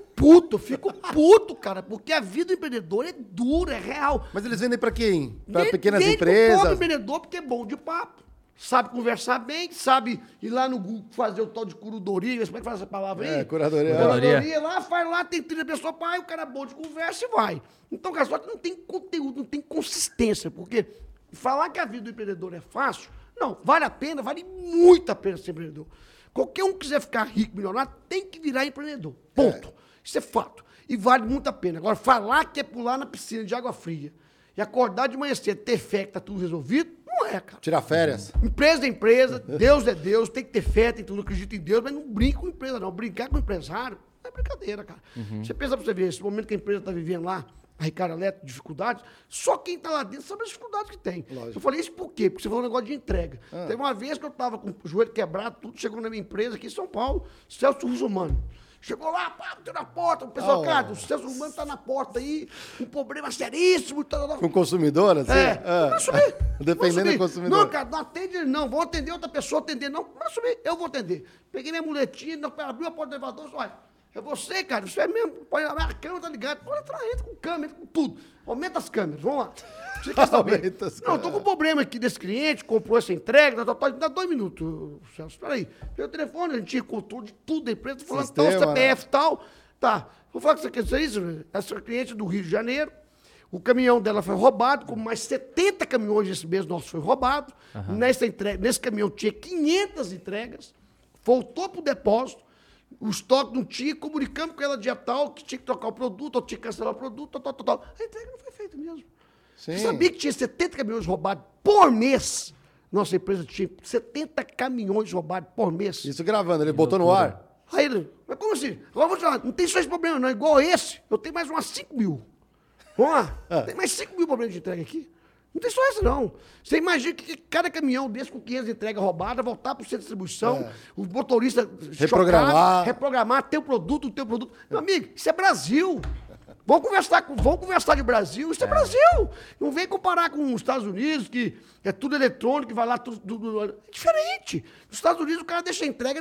puto, cara, porque a vida do empreendedor é dura, é real. Mas eles vendem para quem? Para Vende pequenas pro empresas? pobre empreendedor porque é bom de papo. Sabe conversar bem, sabe ir lá no Google fazer o tal de curadoria, como é que fala essa palavra aí? Curadoria. Curadoria lá, faz lá, tem 30 pessoas, pai, o cara é bom de conversa e vai. Então, cara, só que não tem conteúdo, não tem consistência, porque falar que a vida do empreendedor é fácil, não, vale a pena, vale muito a pena ser empreendedor. Qualquer um que quiser ficar rico, milionário, tem que virar empreendedor, ponto. Isso é fato. E vale muito a pena. Agora, falar que é pular na piscina de água fria e acordar de manhã cedo, ter fé que tá tudo resolvido, não é, cara. Tirar férias. Empresa é empresa, Deus é Deus, tem que ter fé, tem tudo, acredita em Deus, mas não brinca com empresa, não. Brincar com empresário é brincadeira, cara. Você pensa pra você ver, esse momento que a empresa tá vivendo lá, a Ricardo Eletro, dificuldades, só quem tá lá dentro sabe as dificuldades que tem. Lógico. Eu falei isso por quê? Porque você falou um negócio de entrega. Teve uma vez que eu tava com o joelho quebrado, tudo chegou na minha empresa aqui em São Paulo, Celso Russomano. Chegou lá, pá, bateu na porta, o pessoal, cara, o Celso Russomano tá na porta aí, um problema seríssimo. Com o consumidor, assim? Não vai assumir. Defendendo o consumidor. Não, cara, não atende ele, não. Vou atender outra pessoa, atender, não. Não vai assumir, eu vou atender. Peguei minha muletinha, abriu a porta do elevador, olha, é você, cara, isso é mesmo. Pode a câmera tá ligada, pode entrar, entra com câmera, entra com tudo. Aumenta as câmeras, vamos lá. Você quer saber? Aumenta as Não, tô com um problema aqui desse cliente, comprou essa entrega, me dá 2 minutos, Celso, espera aí. Meu telefone, a gente tinha controle de tudo da empresa, tô falando Sistema, tal, CPF e tal. Tá, vou falar com você, isso, essa cliente do Rio de Janeiro, o caminhão dela foi roubado, como mais 70 caminhões esse mês nosso foi roubado. Nesse caminhão tinha 500 entregas, voltou pro depósito, o estoque não tinha, comunicamos com ela dia tal, que tinha que trocar o produto, ou tinha que cancelar o produto, tal. A entrega não foi feita mesmo. Sim. Você sabia que tinha 70 caminhões roubados por mês? Nossa empresa tinha 70 caminhões roubados por mês. Isso gravando, ele botou no ar. Aí ele, mas como assim? Agora vou te falar, não tem só esse problema, não. Igual esse, eu tenho mais umas 5 mil. Vamos lá, tem mais 5 mil problemas de entrega aqui. Não tem só esse, não. Você imagina que cada caminhão desse com 500 entregas roubadas, voltar para o centro de distribuição, o motorista reprogramar, ter o produto. Meu amigo, isso é Brasil. Vamos conversar de Brasil, isso é Brasil. Não vem comparar com os Estados Unidos, que é tudo eletrônico, que vai lá tudo. É diferente. Nos Estados Unidos o cara deixa a entrega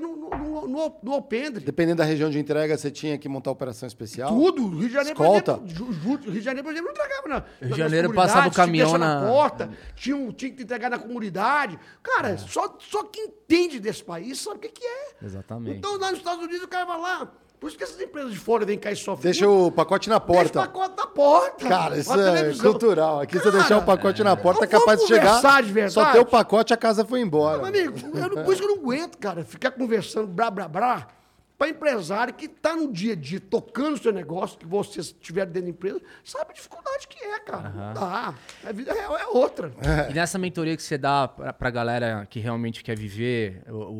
no alpendre. Dependendo da região de entrega, você tinha que montar operação especial? Tudo. Rio de Janeiro, Escolta. por exemplo, Rio de Janeiro, por exemplo, não entregava Rio de Janeiro passava o caminhão na porta, tinha que entregar na comunidade. Cara, só quem entende desse país sabe o que é. Exatamente. Então lá nos Estados Unidos o cara vai lá. Por isso que essas empresas de fora vêm cá e sofrem. Deixa o pacote na porta. Deixa o pacote na porta. Cara, isso é cultural. Aqui você deixar o pacote na porta é capaz de chegar, de verdade. só ter o pacote a casa foi embora. Meu amigo, por isso que eu não aguento, cara, ficar conversando blá, para empresário que está no dia a dia tocando o seu negócio, que você estiver dentro da empresa, sabe a dificuldade que é, cara. Não dá. A vida real é outra. E nessa mentoria que você dá para a galera que realmente quer viver,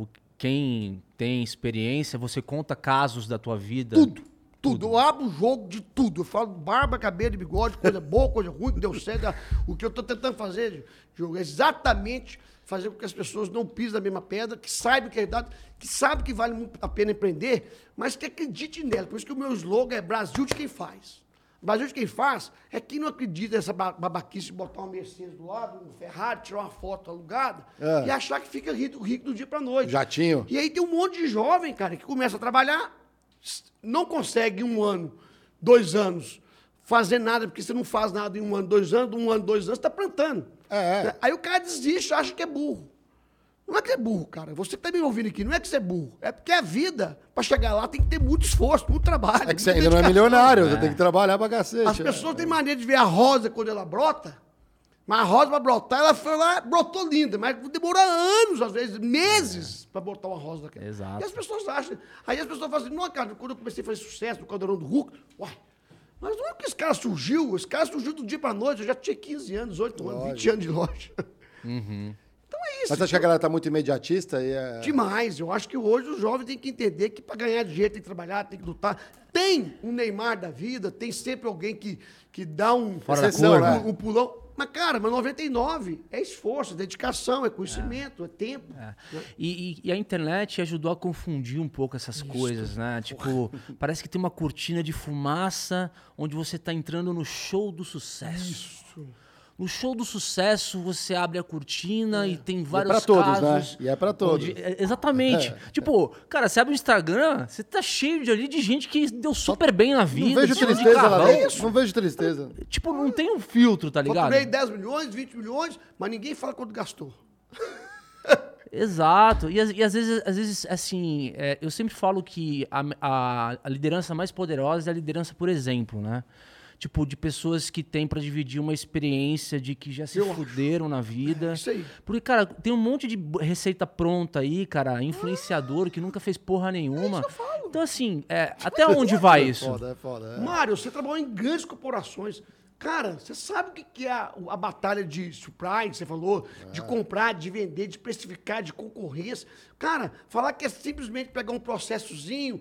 quem tem experiência, você conta casos da tua vida? Tudo. Eu abro o jogo de tudo. Eu falo barba, cabelo e bigode, coisa boa, coisa ruim, que deu certo. O que eu estou tentando fazer, Diogo, é exatamente fazer com que as pessoas não pisem na mesma pedra, que saibam que é verdade, que sabem que vale muito a pena empreender, mas que acreditem nela. Por isso que o meu slogan é Brasil de quem faz. Brasil de quem faz é quem não acredita nessa babaquice de botar uma Mercedes do lado, um Ferrari, tirar uma foto alugada e achar que fica rico do dia pra noite. Jatinho. E aí tem um monte de jovem, cara, que começa a trabalhar, não consegue em 1 ano, 2 anos, fazer nada, porque você não faz nada em 1 ano, 2 anos, 1 ano, 2 anos, você tá plantando. Aí o cara desiste, acha que é burro. Não é que é burro, cara. Você que tá me ouvindo aqui, não é que você é burro. É porque a vida, pra chegar lá, tem que ter muito esforço, muito trabalho. É que você ainda não é milionário, você tem que trabalhar pra cacete. As pessoas têm maneira de ver a rosa quando ela brota, mas a rosa pra brotar, ela foi lá, brotou linda, mas demora anos, às vezes, meses, pra botar uma rosa daquela. Exato. E as pessoas acham. Aí as pessoas falam assim, não, cara, quando eu comecei a fazer sucesso no Caldeirão do Hulk, uai, Mas não é que esse cara surgiu do dia pra noite, eu já tinha 15 anos, 8 anos, 20 anos de loja. Então é isso. Mas você acha que a galera tá muito imediatista? Demais. Eu acho que hoje o jovem tem que entender que para ganhar dinheiro tem que trabalhar, tem que lutar. Tem um Neymar da vida, tem sempre alguém que dá um pulão. Mas, cara, 99 é esforço, é dedicação, é conhecimento, é tempo. Né? E a internet ajudou a confundir um pouco essas coisas, né? Tipo, parece que tem uma cortina de fumaça onde você tá entrando no show do sucesso. Isso. No show do sucesso, você abre a cortina e tem vários casos. E é pra todos, né? E é pra todos. Exatamente. Tipo, cara, você abre o Instagram, você tá cheio de gente que deu super bem na vida. Não vejo tristeza lá dentro. Não vejo tristeza. Tipo, não tem um filtro, tá ligado? Faturei 10 milhões, 20 milhões, mas ninguém fala quanto gastou. Exato. E às vezes assim, eu sempre falo que a liderança mais poderosa é a liderança por exemplo, né? Tipo, de pessoas que têm pra dividir uma experiência de que já se fuderam na vida. Isso aí. Porque, cara, tem um monte de receita pronta aí, cara, influenciador que nunca fez porra nenhuma. É isso que eu falo. Então, assim, até onde vai isso? É foda. Mário, você trabalhou em grandes corporações. Cara, você sabe o que é a batalha de supply, que você falou? De comprar, de vender, de precificar, de concorrência. Cara, falar que é simplesmente pegar um processozinho,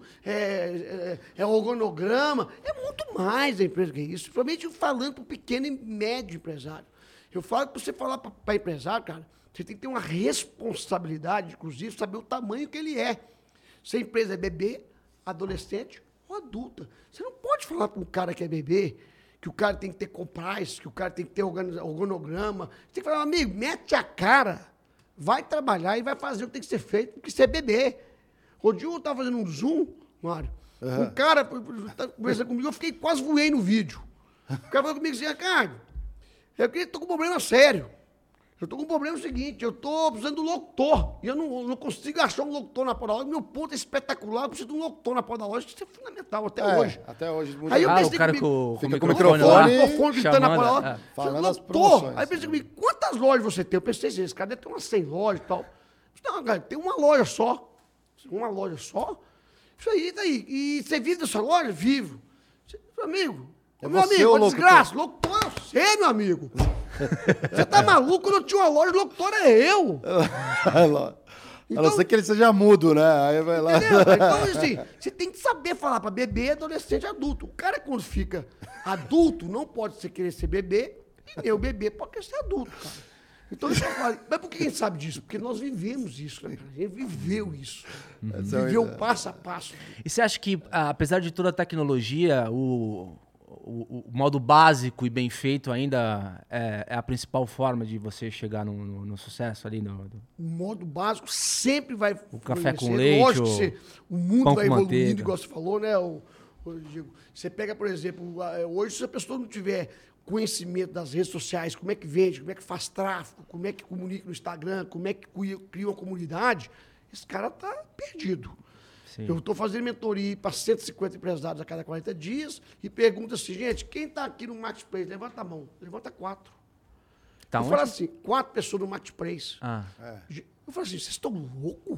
organograma, é muito mais a empresa que isso. Principalmente falando para o pequeno e médio empresário. Eu falo que você falar para empresário, cara, você tem que ter uma responsabilidade, inclusive, saber o tamanho que ele é. Se a empresa é bebê, adolescente ou adulta. Você não pode falar para um cara que é bebê que o cara tem que ter compliance, que o cara tem que ter organograma. Você tem que falar, amigo, mete a cara, vai trabalhar e vai fazer o que tem que ser feito, porque você é bebê. O dia eu estava fazendo um Zoom, Mário, um cara conversando comigo, eu fiquei quase voei no vídeo. O cara falou comigo assim, Ricardo, eu tô com um problema sério. Eu tô com um problema seguinte, eu tô precisando do locutor. E eu não consigo achar um locutor na porta da loja. Meu ponto é espetacular, eu preciso de um locutor na porta da loja. Isso é fundamental até hoje. Até hoje. Aí eu pensei o cara comigo, fica com o microfone gritando na porta da loja. Falando as locutor. promoções. Aí eu pensei comigo, quantas lojas você tem? Eu pensei assim, esse cara deve ter umas 100 lojas e tal. Não, cara, tem uma loja só. Uma loja só? Isso aí, daí. E você vive dessa loja? Vivo. Meu amigo, desgraça, locutor é você, meu amigo. Você tá maluco? Quando eu tinha uma loja, o locutor é eu. A não ser que ele seja mudo, né? Aí vai lá. Entendeu? Então, assim, você tem que saber falar pra bebê, adolescente, adulto. O cara, quando fica adulto, não pode querer ser bebê, e nem o bebê pode querer ser adulto, cara. Então, isso eu falo. Mas por que a gente sabe disso? Porque nós vivemos isso, né, cara? A gente viveu isso. Viveu passo a passo. E você acha que, apesar de toda a tecnologia, o modo básico e bem feito ainda é a principal forma de você chegar no sucesso ali? O modo básico sempre vai... O café com leite, lógico o mundo pão vai com evoluindo, manteiga. igual você falou, né? Diego, você pega, por exemplo, hoje se a pessoa não tiver conhecimento das redes sociais, como é que vende, como é que faz tráfego, como é que comunica no Instagram, como é que cria uma comunidade, esse cara tá perdido. Sim. Eu estou fazendo mentoria para 150 empresários a cada 40 dias e pergunto assim, gente, quem está aqui no Marketplace? Levanta a mão. Levanta 4. Tá eu onde? falo assim, 4 pessoas no Marketplace. Eu falo assim, vocês estão loucos?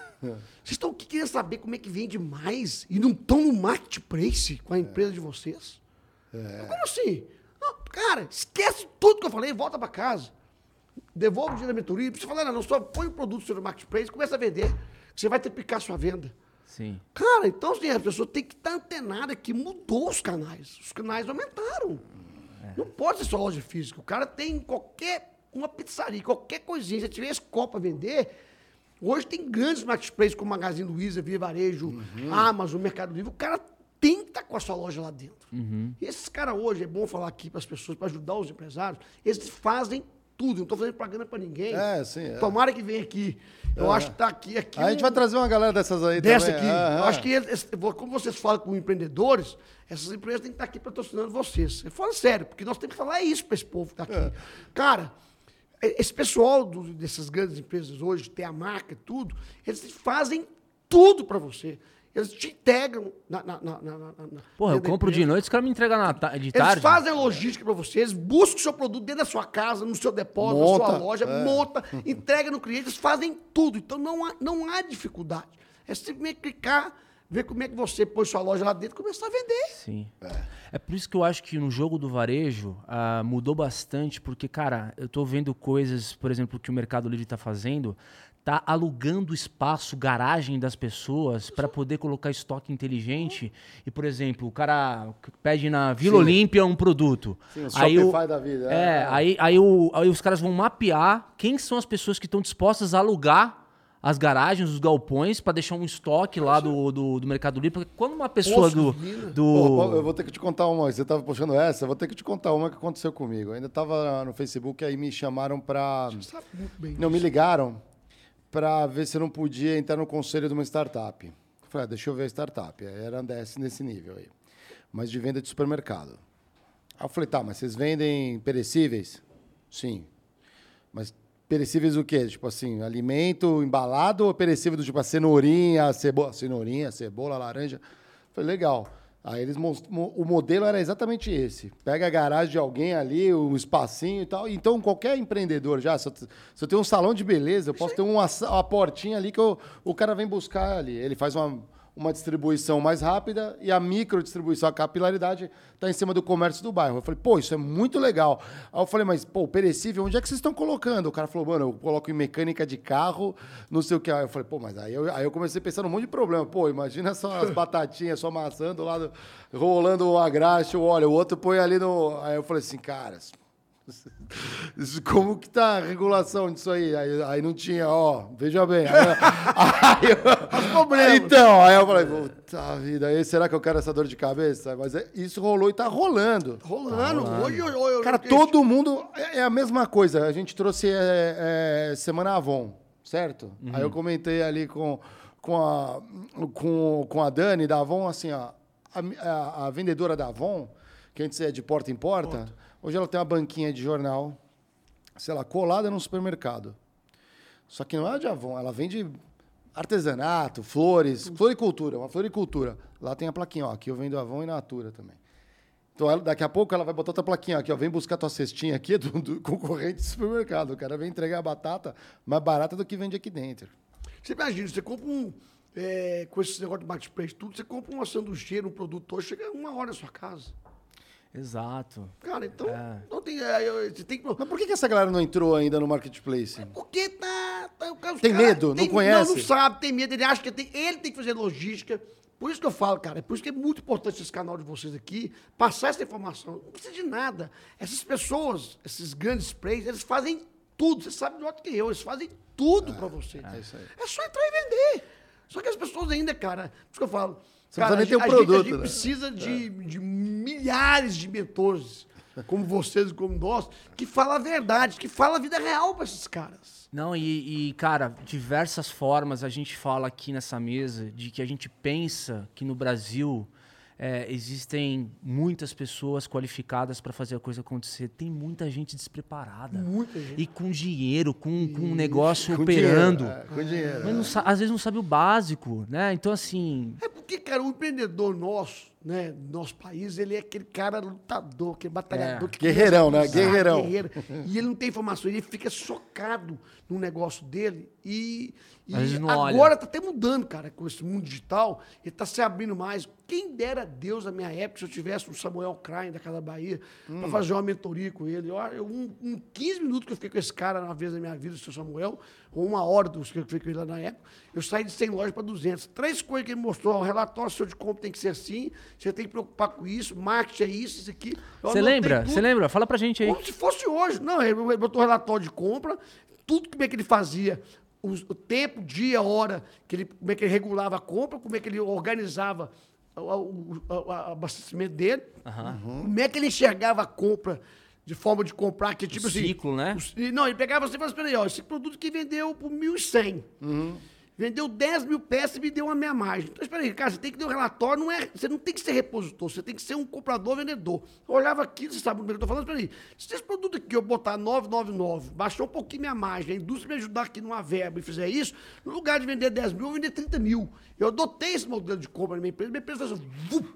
Vocês estão aqui querendo saber como é que vende mais e não estão no Marketplace com a empresa de vocês? Como assim? Não, cara, esquece tudo que eu falei, volta para casa. Devolve o dinheiro da mentoria. Você fala, não, só põe o produto no seu Marketplace e começa a vender. Você vai triplicar a sua venda. Sim. Cara, então assim, a pessoa tem que estar antenada que mudou os canais. Os canais aumentaram. Não pode ser só loja física. O cara tem uma pizzaria, qualquer coisinha. Se tiver escola para vender, hoje tem grandes marketplaces como Magazine Luiza, Via Varejo, Amazon, Mercado Livre. O cara tem que estar com a sua loja lá dentro. E esses caras hoje, é bom falar aqui para as pessoas, para ajudar os empresários, eles fazem tudo. Eu não estou fazendo propaganda para ninguém. Sim. Tomara que venha aqui. Eu acho que está aqui. A gente vai trazer uma galera dessas aí dessa também. aqui. Eu acho que, como vocês falam com empreendedores, essas empresas têm que estar aqui patrocinando vocês. Eu falo sério, porque nós temos que falar isso para esse povo que está aqui. Cara, esse pessoal dessas grandes empresas hoje, tem a marca e tudo, eles fazem tudo para você. Eles te integram Porra, eu compro de noite, os caras me entregam de tarde. Eles fazem a logística para vocês, buscam o seu produto dentro da sua casa, no seu depósito, na sua loja, monta, entrega no cliente, eles fazem tudo. Então não há dificuldade. É simplesmente clicar, ver como é que você pôs sua loja lá dentro e começar a vender. Sim. É por isso que eu acho que no jogo do varejo mudou bastante, porque, cara, eu tô vendo coisas, por exemplo, que o Mercado Livre tá fazendo, tá alugando espaço, garagem das pessoas para poder colocar estoque inteligente. E, por exemplo, o cara pede na Vila Olímpia um produto. Sim, o aí Shopify da vida. Aí os caras vão mapear quem são as pessoas que estão dispostas a alugar as garagens, os galpões, para deixar um estoque lá do Mercado Livre. Porque quando uma pessoa Pô, eu vou ter que te contar uma. Você tava puxando essa, eu vou ter que te contar uma que aconteceu comigo. Eu ainda tava no Facebook, aí me chamaram pra... Você sabe muito bem Não, me disso. ligaram pra ver se eu não podia entrar no conselho de uma startup. Eu falei, deixa eu ver a startup. Aí era nesse nível aí. Mas de venda de supermercado. Aí eu falei, tá, mas vocês vendem perecíveis? Sim. Mas perecíveis o quê? Tipo assim, alimento embalado ou perecível do tipo a cenourinha, cebola, laranja? Eu falei, legal. Aí o modelo era exatamente esse. Pega a garagem de alguém ali, o espacinho e tal. Então, qualquer empreendedor já, se eu tenho um salão de beleza, eu posso ter uma portinha ali que o cara vem buscar ali. Ele faz uma distribuição mais rápida e a microdistribuição, a capilaridade, está em cima do comércio do bairro. Eu falei, pô, isso é muito legal. Aí eu falei, mas, pô, perecível, onde é que vocês estão colocando? O cara falou, mano, eu coloco em mecânica de carro, não sei o que. Aí eu falei, pô, mas aí eu comecei a pensar num monte de problema. Pô, imagina só as batatinhas, só maçã do lado, rolando o agraxe, o óleo, o outro põe ali no... Aí eu falei assim, caras... Como que tá a regulação disso aí? Aí não tinha, veja bem. Então, aí eu falei, puta vida, aí será que eu quero essa dor de cabeça? Mas isso rolou e tá rolando. Rolando. Hoje Cara, todo mundo é a mesma coisa. A gente trouxe Semana Avon, certo? Aí eu comentei ali com a Dani da Avon, assim, ó, a vendedora da Avon, que antes é de porta em porta. Hoje ela tem uma banquinha de jornal, sei lá, colada num supermercado. Só que não é de Avon, ela vende artesanato, flores, floricultura, uma floricultura. Lá tem a plaquinha, ó, aqui eu vendo Avon e Natura também. Então, daqui a pouco ela vai botar outra plaquinha aqui, ó, vem buscar tua cestinha aqui do concorrente do supermercado. O cara vem entregar a batata mais barata do que vende aqui dentro. Você imagina, você compra com esse negócio de marketplace tudo, você compra uma sanduicheira, um produtor, chega 1 hora na sua casa. Exato. Cara, então, não tem, você tem que... Mas por que essa galera não entrou ainda no marketplace? Porque Tem medo? Não conhece? Não sabe, tem medo. Ele acha que ele tem que fazer logística. Por isso que eu falo, cara, por isso que é muito importante esse canal de vocês aqui, passar essa informação. Não precisa de nada. Essas pessoas, esses grandes players, eles fazem tudo. Você sabe melhor do que eu. Eles fazem tudo pra você. É isso aí. É só entrar e vender. Só que as pessoas ainda, cara, por isso que eu falo... Você não precisa nem ter um produto, a gente né? precisa de milhares de mentores, como vocês e como nós, que falam a verdade, que falam a vida real para esses caras. Não, cara, diversas formas a gente fala aqui nessa mesa de que a gente pensa que no Brasil existem muitas pessoas qualificadas para fazer a coisa acontecer. Tem muita gente despreparada. Muita gente. E com dinheiro, com um negócio operando. Com dinheiro. Mas às vezes não sabe o básico, né? Então, assim... É porque, cara, o empreendedor nosso, né, do nosso país, ele é aquele cara lutador, aquele batalhador. Que Guerreirão, né? Guerreirão. Guerreiro. E ele não tem informação, ele fica chocado no negócio dele e agora tá até mudando, cara, com esse mundo digital, ele tá se abrindo mais. Quem dera Deus na minha época, se eu tivesse um Samuel Krain da Casa Bahia, para fazer uma mentoria com ele. 15 minutos que eu fiquei com esse cara uma vez na minha vida, o seu Samuel, ou 1 hora que eu fiquei com ele lá na época, eu saí de 100 lojas para 200. 3 coisas que ele mostrou, o relatório seu de compra tem que ser assim, você tem que preocupar com isso, marketing é isso aqui. Você lembra? Você lembra? Fala pra gente aí. Como se fosse hoje. Não, ele botou o relatório de compra, tudo como é que ele fazia, o tempo, dia, hora, como é que ele regulava a compra, como é que ele organizava o abastecimento dele, como é que ele enxergava a compra de forma de comprar, que tipo assim... ciclo, né? Não, ele pegava você e falava assim, peraí, esse produto que vendeu por 1.100, vendeu 10 mil peças e me deu uma meia margem. Então, espera aí, cara, você tem que ter um relatório, você não tem que ser repositor, você tem que ser um comprador-vendedor. Eu olhava aqui, você sabe o que eu estou falando, espera aí, se esse produto aqui eu botar 999, baixou um pouquinho minha margem, a indústria me ajudar aqui numa verba e fizer isso, no lugar de vender 10 mil, eu vou vender 30 mil. Eu adotei esse modelo de compra na minha empresa faz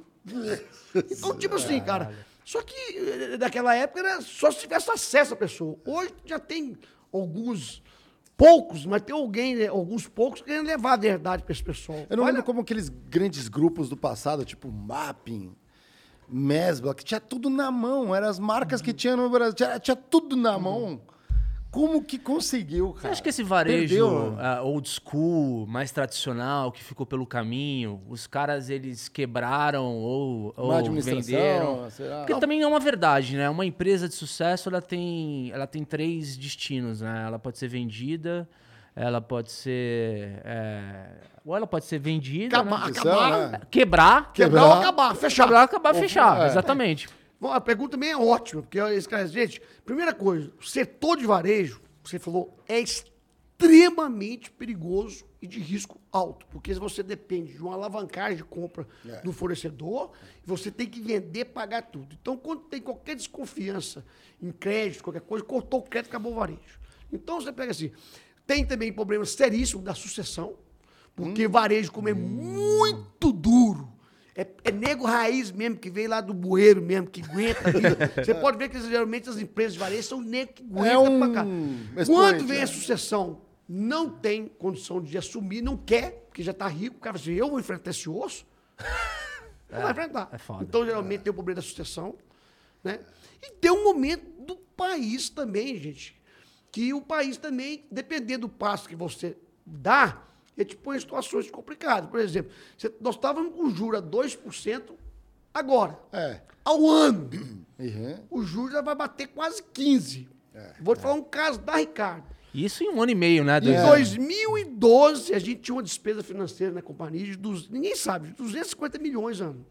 assim, então, tipo assim, cara, só que naquela época era só se tivesse acesso à pessoa. Hoje já tem alguns poucos, mas tem alguém, né, alguns poucos querendo levar a verdade para esse pessoal. Eu não lembro como aqueles grandes grupos do passado, tipo Mapping, Mesbla, que tinha tudo na mão. Eram as marcas que tinha no Brasil. Tinha tudo na mão. Como que conseguiu, cara? Você acha que esse varejo Perdeu. old school, mais tradicional, que ficou pelo caminho, os caras eles quebraram ou Má administração, venderam? será? Porque também é uma verdade, né? Uma empresa de sucesso, ela tem 3 destinos, né? Ela pode ser vendida, ela pode ser... ou ela pode ser vendida, Acabar, né? acabar, né? Quebrar, quebrar ou acabar, fechar. quebrar, acabar, fechar. é. Exatamente. Bom, a pergunta também é ótima, porque esse cara, gente, primeira coisa, o setor de varejo, você falou, é extremamente perigoso e de risco alto, porque você depende de uma alavancagem de compra do fornecedor, e você tem que vender, pagar tudo. Então, quando tem qualquer desconfiança em crédito, qualquer coisa, cortou o crédito, acabou o varejo. Então, você pega assim, tem também problemas seríssimos da sucessão, porque varejo, como é muito duro, é nego raiz mesmo, que vem lá do bueiro mesmo, que aguenta ali. Você pode ver que geralmente as empresas de varejo são nego que aguentam pra cá. Quando vem a sucessão, não tem condição de assumir, não quer, porque já tá rico, o cara fala assim, eu vou enfrentar esse osso? Não vai enfrentar. É foda. Então, geralmente, tem o problema da sucessão, né? E tem um momento do país também, gente, que o país também, dependendo do passo que você dá, ele te põe em situações complicadas. Por exemplo, nós estávamos com juros a 2% agora, ao ano. Uhum. O juros já vai bater quase 15%. Vou te falar um caso da Ricardo. Isso em 1 ano e meio, né? Em 2012, a gente tinha uma despesa financeira na companhia de, ninguém sabe, de 250 milhões ano.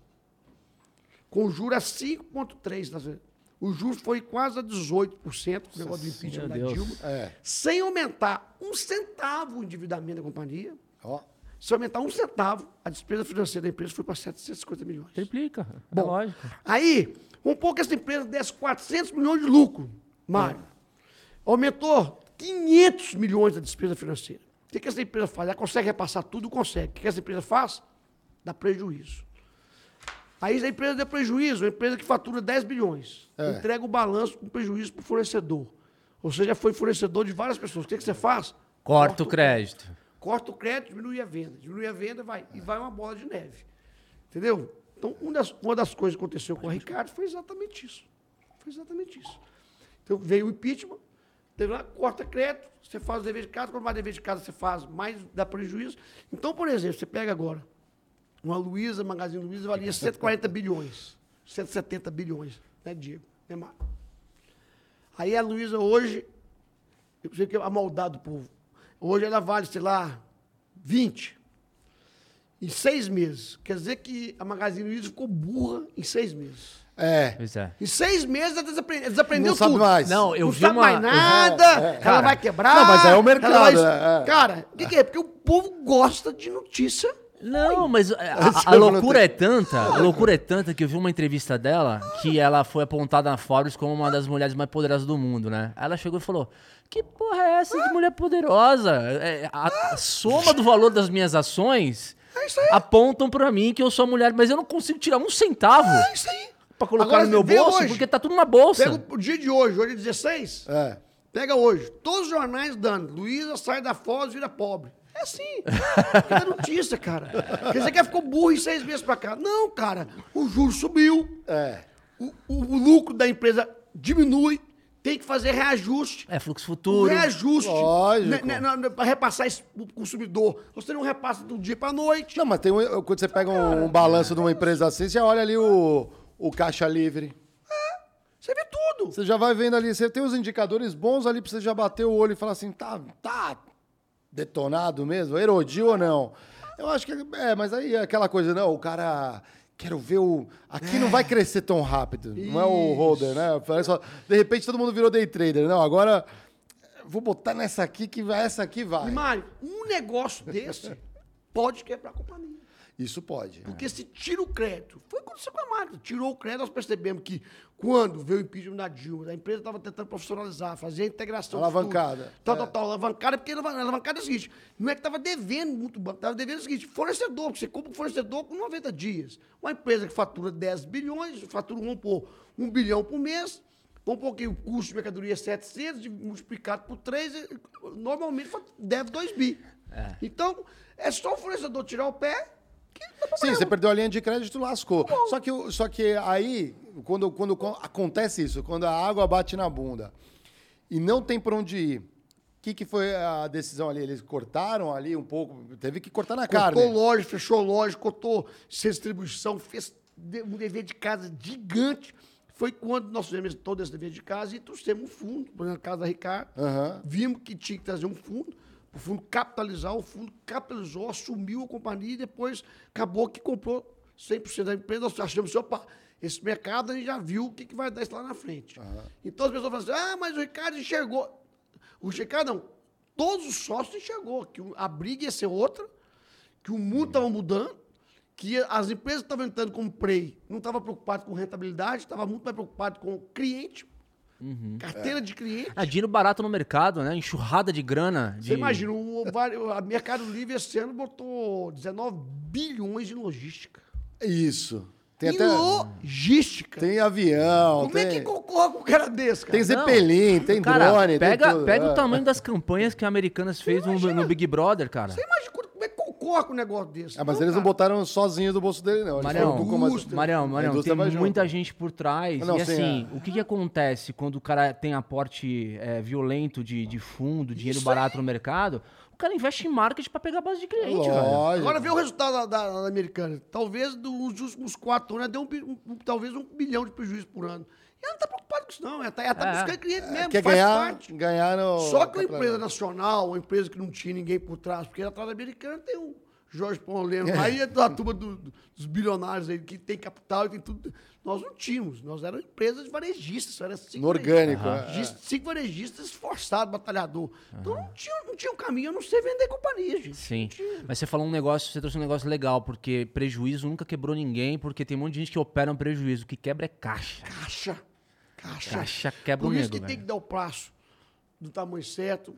Com o juros a 5,3%. O juros foi quase a 18%, o negócio do impeachment da Dilma, sem aumentar um centavo o endividamento da companhia. Se aumentar um centavo, a despesa financeira da empresa foi para 750 milhões. Triplica, Bom, lógico. Aí, um pouco essa empresa desse 400 milhões de lucro, Mário. Aumentou 500 milhões da despesa financeira. O que essa empresa faz? Ela consegue repassar tudo? Consegue. O que essa empresa faz? Dá prejuízo. Aí a empresa deu prejuízo, a empresa que fatura 10 bilhões, entrega o balanço com prejuízo para o fornecedor. Ou seja, foi fornecedor de várias pessoas. O que você faz? Corta o crédito. Corta o crédito, diminui a venda. Diminui a venda, e vai uma bola de neve. Entendeu? Então, uma das coisas que aconteceu com a Ricardo foi exatamente isso. Foi exatamente isso. Então, veio o impeachment, teve lá, corta crédito, você faz o dever de casa, quando mais dever de casa você faz, mais dá prejuízo. Então, por exemplo, você pega agora, uma Luiza, Magazine Luiza, valia 140 bilhões, 170 bilhões, né, Diego? Né, Mário? Aí a Luiza hoje, eu sei que é a maldade do povo, hoje ela vale, sei lá, 20. Em 6 meses. Quer dizer que a Magazine Luiza ficou burra em 6 meses. Pois é. Em 6 meses ela desaprendeu Não sabe tudo. mais. Não, eu Não vi sabe uma... mais nada, ela Cara, vai quebrar. não, mas aí é o mercado, ela vai- né? Cara, o que é? Porque o povo gosta de notícia. Não, mas a loucura é tanta que eu vi uma entrevista dela que ela foi apontada na Forbes como uma das mulheres mais poderosas do mundo, né? Ela chegou e falou, que porra é essa de mulher poderosa? A soma do valor das minhas ações apontam pra mim que eu sou mulher, mas eu não consigo tirar um centavo É isso aí. pra colocar Agora, no meu vê bolso, hoje. porque tá tudo na bolsa. Pega o dia de hoje é 16. Pega hoje. Todos os jornais dando. Luísa sai da Foz e vira pobre. É assim. É notícia, cara. Quer dizer que ela ficou burro em 6 meses pra cá. Não, cara. O juro subiu. O lucro da empresa diminui. Tem que fazer reajuste. Fluxo O futuro. reajuste. Lógico. Para repassar isso pro consumidor. Você não repassa do dia pra noite. Não, mas tem quando você pega um balanço de uma empresa assim, você olha ali o caixa livre. Você vê tudo. Você já vai vendo ali, você tem os indicadores bons ali pra você já bater o olho e falar assim, tá detonado mesmo? Erodiu ou não? Eu acho que mas aí é aquela coisa, não, o cara... Quero ver aqui não vai crescer tão rápido. Não é o holder, né? Parece só, de repente todo mundo virou day trader. Não, agora vou botar nessa aqui que essa aqui vai. E, Mário, um negócio desse pode quebrar a companhia. Isso pode. Porque se tira o crédito, foi o que aconteceu com a máquina. Tirou o crédito, nós percebemos que quando veio o impeachment da Dilma, a empresa estava tentando profissionalizar, fazer a integração. Alavancada. Tal. Alavancada, porque alavancada é o seguinte, não é que estava devendo muito banco, estava devendo o seguinte, fornecedor, porque você compra um fornecedor com 90 dias. Uma empresa que fatura 10 bilhões, fatura 1 bilhão por mês, Vamos pôr que o custo de mercadoria é 700, multiplicado por 3, normalmente deve 2 bi. Então, é só o fornecedor tirar o pé. Sim, você perdeu a linha de crédito, lascou. Só que aí, quando acontece isso, quando a água bate na bunda e não tem para onde ir, o que foi a decisão ali? Eles cortaram ali um pouco, teve que cortar na carne. Cortou loja, fechou loja, cortou distribuição, fez um dever de casa gigante. Foi quando nós fizemos todo esse dever de casa e trouxemos um fundo, por exemplo, na casa da Ricardo. Vimos que tinha que trazer um fundo, o fundo capitalizar, o fundo capitalizou, assumiu a companhia e depois acabou que comprou 100% da empresa. Nós achamos, opa, esse mercado a gente já viu o que vai dar isso lá na frente. Então as pessoas falam assim, mas o Ricardo enxergou. O Ricardo não, todos os sócios enxergou que a briga ia ser outra, que o mundo estava mudando, que as empresas que estavam entrando como Prey não estavam preocupadas com rentabilidade, estavam muito mais preocupadas com o cliente, carteira de cliente. Dinheiro barato no mercado, né? Enxurrada de grana. Você imagina, a Mercado Livre esse ano botou 19 bilhões em logística. Isso. Tem logística. Tem avião. Como é que concorre com um cara desse, cara? Tem Zeppelin, tem drone. Pega o tamanho das campanhas que a Americanas fez no Big Brother, cara. Você imagina como é que concorre com um negócio desse? Mas eles não botaram sozinho do bolso dele, não. Marião, tem muita gente por trás. Não, e assim, o que acontece quando o cara tem aporte violento de fundo, dinheiro barato no mercado? O cara investe em marketing pra pegar a base de cliente, velho. Agora vê o resultado da Americana. Talvez nos últimos 4 anos ela deu talvez 1 bilhão de prejuízo por ano. E ela não tá preocupada com isso, não. Ela tá buscando cliente mesmo, quer faz parte. Ganhar Só que uma empresa nacional, uma empresa que não tinha ninguém por trás, porque atrás da Americana tem um Jorge Paulino, aí é da turma dos bilionários aí, que tem capital e tem tudo. Nós não tínhamos, nós éramos empresas varejistas, era 5 no orgânico. 5 varejistas esforçados, batalhador. Então não tinha um caminho, eu não sei vender companhia, gente. Sim, mas você falou você trouxe um negócio legal, porque prejuízo nunca quebrou ninguém, porque tem um monte de gente que opera um prejuízo, o que quebra é caixa. Caixa quebra o nego, Por isso que tem que dar o prazo do tamanho certo,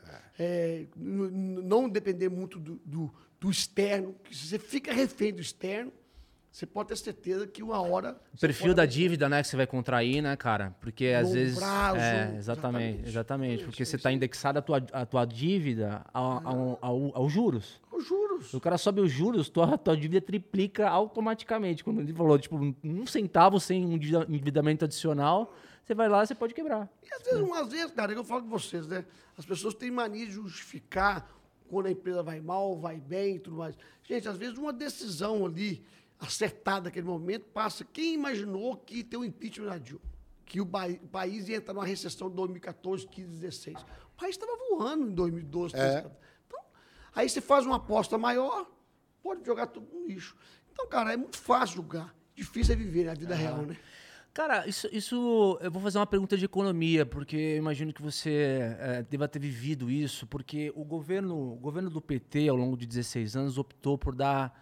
não depender muito do externo, que se você fica refém do externo, você pode ter certeza que uma hora... O perfil da dívida, né, que você vai contrair, né, cara? Porque às vezes... Prazo, exatamente. Porque você está indexado a tua dívida aos juros. Os juros. O cara sobe os juros, tua dívida triplica automaticamente. Quando ele falou, tipo, 1 centavo sem um endividamento adicional, você vai lá, você pode quebrar. E às vezes, cara, eu falo com vocês, né? As pessoas têm mania de justificar quando a empresa vai mal, vai bem e tudo mais. Gente, às vezes uma decisão ali acertada naquele momento passa. Quem imaginou que ter um impeachment da Dilma? Que o país ia entrar numa recessão de 2014, 15, 16. O país estava voando em 2012, 2013. Então, aí você faz uma aposta maior, pode jogar tudo no lixo. Então, cara, é muito fácil julgar. Difícil é viver na vida real, né? Cara, isso eu vou fazer uma pergunta de economia, porque eu imagino que você deva ter vivido isso, porque o governo do PT, ao longo de 16 anos, optou por dar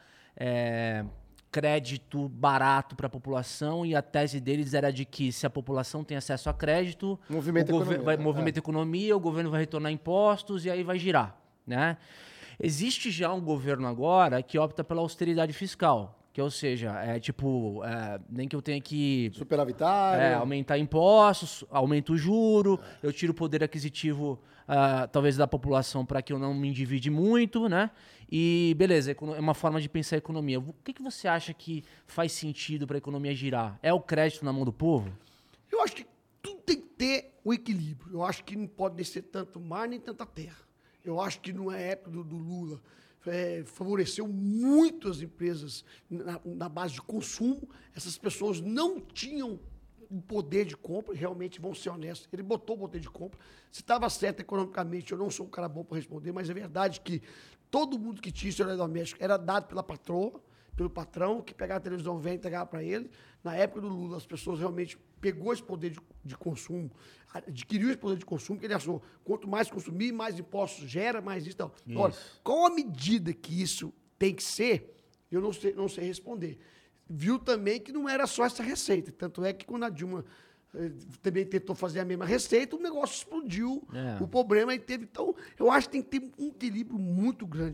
crédito barato para a população, e a tese deles era de que se a população tem acesso a crédito, movimenta a economia, o governo vai retornar impostos e aí vai girar, né? Existe já um governo agora que opta pela austeridade fiscal. Que, ou seja, nem que eu tenha que... Superavitário. Aumentar impostos, aumento o juro, eu tiro o poder aquisitivo, talvez, da população para que eu não me endivide muito, né? E, beleza, é uma forma de pensar a economia. O que você acha que faz sentido para a economia girar? É o crédito na mão do povo? Eu acho que tudo tem que ter o equilíbrio. Eu acho que não pode descer tanto mar nem tanta terra. Eu acho que não é época do Lula... favoreceu muito as empresas na base de consumo. Essas pessoas não tinham o poder de compra, realmente, vão ser honestos. Ele botou o poder de compra. Se estava certo economicamente, eu não sou um cara bom para responder, mas é verdade que todo mundo que tinha esse eletrodoméstico era dado pela patroa, pelo patrão, que pegava a televisão velha e entregava para ele. Na época do Lula, as pessoas realmente pegou esse poder de consumo, adquiriu esse poder de consumo, que ele achou, quanto mais consumir, mais impostos gera, mais isso. Então, olha, qual a medida que isso tem que ser, eu não sei responder. Viu também que não era só essa receita. Tanto é que quando a Dilma também tentou fazer a mesma receita, o negócio explodiu. O problema aí teve... Então, eu acho que tem que ter um equilíbrio muito grande aí.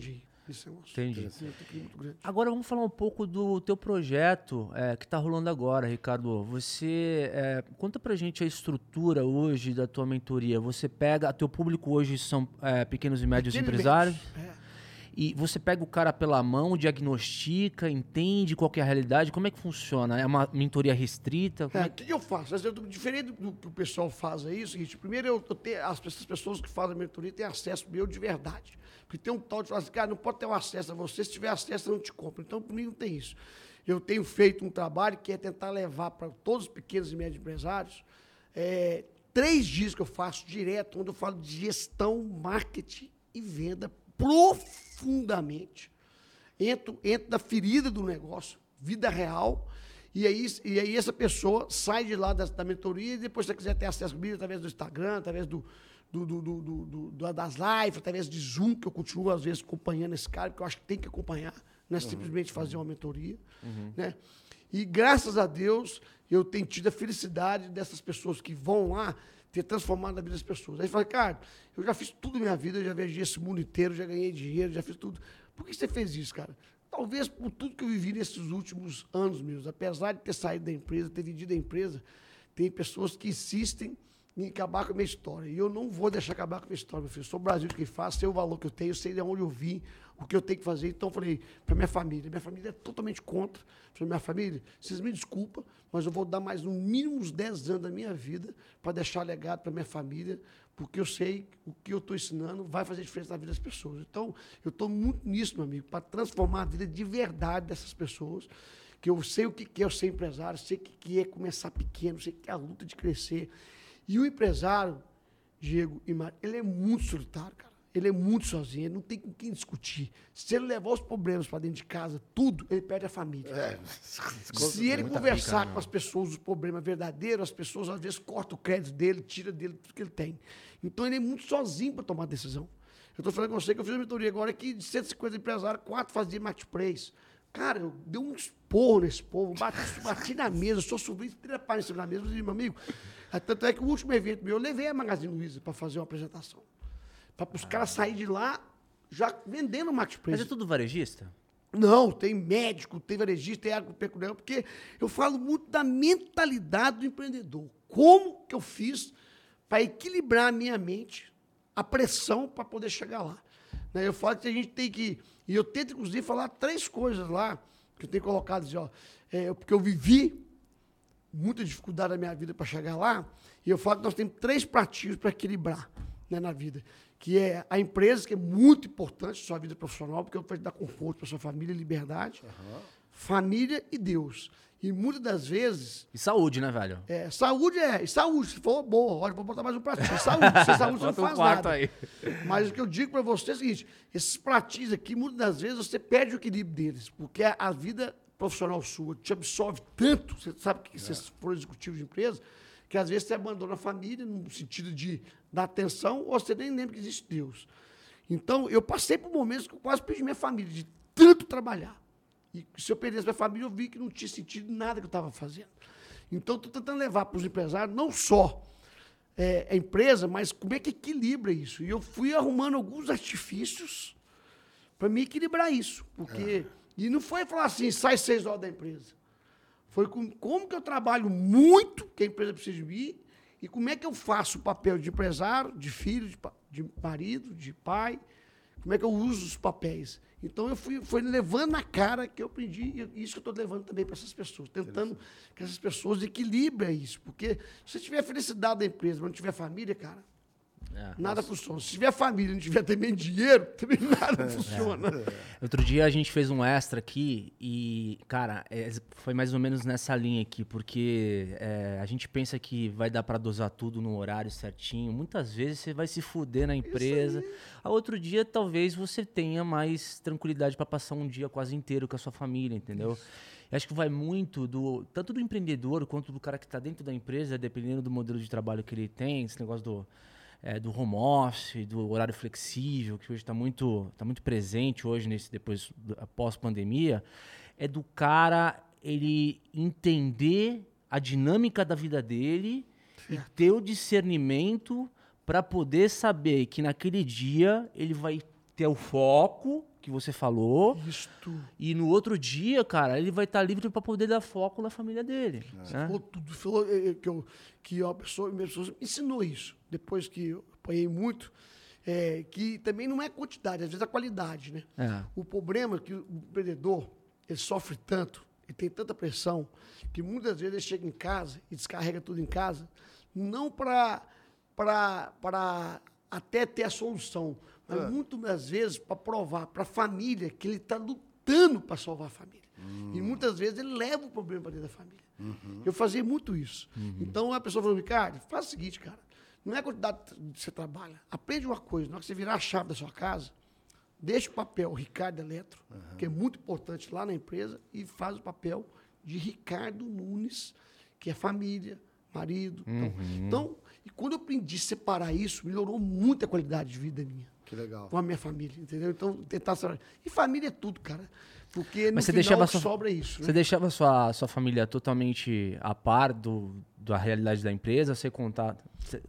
Isso é um Entendi. muito grande. Agora vamos falar um pouco do teu projeto que está rolando agora, Ricardo. Você conta pra gente a estrutura hoje da tua mentoria. Você pega, teu público hoje são pequenos e médios empresários. E você pega o cara pela mão, diagnostica, entende qual que é a realidade. Como é que funciona? É uma mentoria restrita? O que eu faço? Diferente do que o pessoal faz aí, é o seguinte, primeiro essas pessoas que fazem a mentoria têm acesso meu de verdade. Porque tem um tal de falar assim, cara, não pode ter um acesso a você, se tiver acesso eu não te compro. Então, por mim não tem isso. Eu tenho feito um trabalho que é tentar levar para todos os pequenos e médios empresários 3 dias que eu faço direto, onde eu falo de gestão, marketing e venda profundamente. Entro da ferida do negócio, vida real, e aí essa pessoa sai de lá da mentoria e depois, se você quiser ter acesso comigo através do Instagram, através das lives, através de Zoom, que eu continuo, às vezes, acompanhando esse cara, porque eu acho que tem que acompanhar, não é simplesmente fazer uma mentoria. Né? E, graças a Deus, eu tenho tido a felicidade dessas pessoas que vão lá ter transformado a vida das pessoas. Aí eu falei, cara, eu já fiz tudo na minha vida, eu já viajei esse mundo inteiro, já ganhei dinheiro, já fiz tudo. Por que você fez isso, cara? Talvez por tudo que eu vivi nesses últimos anos meus. Apesar de ter saído da empresa, ter vendido a empresa, tem pessoas que insistem em acabar com a minha história. E eu não vou deixar acabar com a minha história, meu filho. Eu sou brasileiro de quem faz, sei o valor que eu tenho, sei de onde eu vim, o que eu tenho que fazer. Então eu falei para minha família é totalmente contra. Eu falei, minha família, vocês me desculpam, mas eu vou dar mais no mínimo uns 10 anos da minha vida para deixar legado para minha família, porque eu sei o que eu estou ensinando vai fazer diferença na vida das pessoas. Então, eu estou muito nisso, meu amigo, para transformar a vida de verdade dessas pessoas, que eu sei o que é eu ser empresário, sei o que é começar pequeno, sei o que é a luta de crescer. E o empresário, Diego e Mário, ele é muito solitário, cara. Ele é muito sozinho, ele não tem com quem discutir. Se ele levar os problemas para dentro de casa, tudo, ele perde a família. Se ele conversar com as pessoas os problemas verdadeiros, as pessoas às vezes cortam o crédito dele, tira dele tudo que ele tem. Então ele é muito sozinho para tomar decisão. Eu estou falando com você que eu fiz uma mentoria agora que de 150 empresários, 4 faziam marketplace. Cara, eu dei um esporro nesse povo, bati na mesa, sou sobrinho, tira página em cima da mesa, eu disse, meu amigo, tanto é que o último evento meu, eu levei a Magazine Luiza para fazer uma apresentação. Para os caras saírem de lá já vendendo marketplace. Mas é tudo varejista? Não, tem médico, tem varejista, tem agropecuário, porque eu falo muito da mentalidade do empreendedor. Como que eu fiz para equilibrar a minha mente, a pressão para poder chegar lá. Eu falo que a gente tem que... E eu tento, inclusive, falar 3 coisas lá, que eu tenho colocado, assim, porque eu vivi muita dificuldade na minha vida para chegar lá, e eu falo que nós temos 3 pratinhos para equilibrar, né, na vida, que é a empresa, que é muito importante na sua vida profissional, porque vai dar conforto para sua família, liberdade, família e Deus. E muitas das vezes... E saúde, né, velho? Saúde e saúde, se for boa, olha, vou botar mais um pratinho. Saúde, sem saúde você não faz nada. Aí. Mas o que eu digo para você é o seguinte, esses pratinhos aqui, muitas das vezes você perde o equilíbrio deles, porque a vida profissional sua te absorve tanto, você sabe que você for executivo de empresa, que às vezes você abandona a família no sentido de dar atenção, ou você nem lembra que existe Deus. Então, eu passei por momentos que eu quase perdi minha família, de tanto trabalhar. E se eu perdesse minha família, eu vi que não tinha sentido nada que eu estava fazendo. Então, estou tentando levar para os empresários, não só a empresa, mas como é que equilibra isso. E eu fui arrumando alguns artifícios para me equilibrar isso. Porque, e não foi falar assim, sai 6 horas da empresa. Foi como que eu trabalho muito, que a empresa precisa de mim, e como é que eu faço o papel de empresário, de filho, de marido, de pai, como é que eu uso os papéis. Então, eu fui levando na cara que eu aprendi, e isso que eu estou levando também para essas pessoas, tentando que essas pessoas equilibrem isso. Porque se você tiver felicidade da empresa, mas não tiver família, cara, nada funciona. Se tiver família e não tiver também dinheiro, também nada funciona. Outro dia a gente fez um extra aqui e, cara, foi mais ou menos nessa linha aqui, porque a gente pensa que vai dar para dosar tudo no horário certinho. Muitas vezes você vai se fuder na empresa. A outro dia, talvez você tenha mais tranquilidade para passar um dia quase inteiro com a sua família, entendeu? Eu acho que vai muito tanto do empreendedor quanto do cara que está dentro da empresa, dependendo do modelo de trabalho que ele tem, esse negócio do home office, do horário flexível, que hoje está muito presente hoje, após pandemia, é do cara ele entender a dinâmica da vida dele e ter o discernimento para poder saber que naquele dia ele vai ter o foco que você falou. Isto. E no outro dia, cara, ele vai estar livre para poder dar foco na família dele. Né? Falou tudo. Falou que a pessoa me ensinou isso. Depois que eu apanhei muito, que também não é quantidade, às vezes é qualidade, né? É. O problema é que o empreendedor, ele sofre tanto, ele tem tanta pressão, que muitas vezes ele chega em casa e descarrega tudo em casa, não para até ter a solução, mas muitas vezes para provar para a família que ele está lutando para salvar a família. E muitas vezes ele leva o problema para dentro da família. Eu fazia muito isso. Então a pessoa falou, Ricardo, faz o seguinte, cara, não é a quantidade que você trabalha. Aprende uma coisa, na hora que você virar a chave da sua casa, deixa o papel Ricardo Eletro, que é muito importante lá na empresa, e faz o papel de Ricardo Nunes, que é família, marido. Então, e quando eu aprendi a separar isso, melhorou muito a qualidade de vida minha. Que legal. Com a minha família, entendeu? Então, tentar separar. E família é tudo, cara. Porque no Mas você final deixava o que sobra é isso. Você Né? deixava sua família totalmente a par da realidade da empresa? Você contava...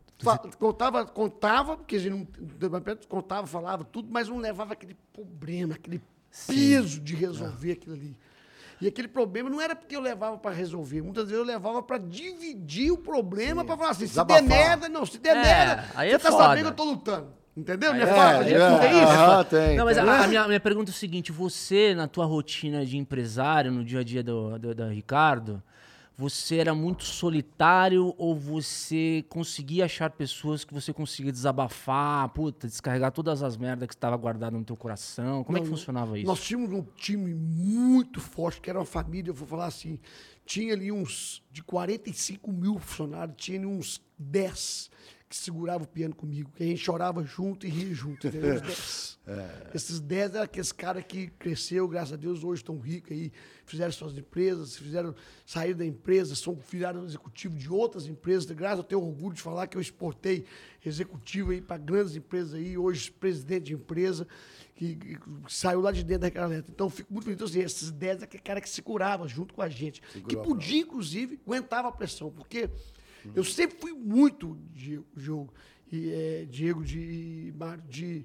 Contava, porque a gente não contava, falava tudo, mas não levava aquele problema, aquele peso de resolver aquilo ali. E aquele problema não era porque eu levava para resolver. Muitas vezes eu levava para dividir o problema, para falar assim, se der merda, não, se der merda, aí você tá foda. sabendo que eu tô lutando. Entendeu? Não é fácil, não tem isso? Tem. Não, mas a minha pergunta é o seguinte, você, na tua rotina de empresário, no dia a dia do Ricardo, você era muito solitário ou você conseguia achar pessoas que você conseguia desabafar, descarregar todas as merdas que estava guardada no teu coração? Como é que funcionava isso? Nós tínhamos um time muito forte, que era uma família, eu vou falar assim, tinha ali uns de 45 mil funcionários, tinha ali uns 10 que segurava o piano comigo, que a gente chorava junto e ria junto, entendeu? Os 10. Esses 10 eram aqueles caras que cresceu, graças a Deus, hoje estão ricos aí, fizeram suas empresas, saíram da empresa, viraram executivo de outras empresas. Graças a Deus, eu tenho orgulho de falar que eu exportei executivo aí para grandes empresas aí, hoje presidente de empresa, que saiu lá de dentro daquela letra. Então, eu fico muito feliz. Então, assim, esses 10 é aquele cara que segurava junto com a gente, que podia, inclusive, aguentava a pressão, porque eu sempre fui muito, Diego e Mário,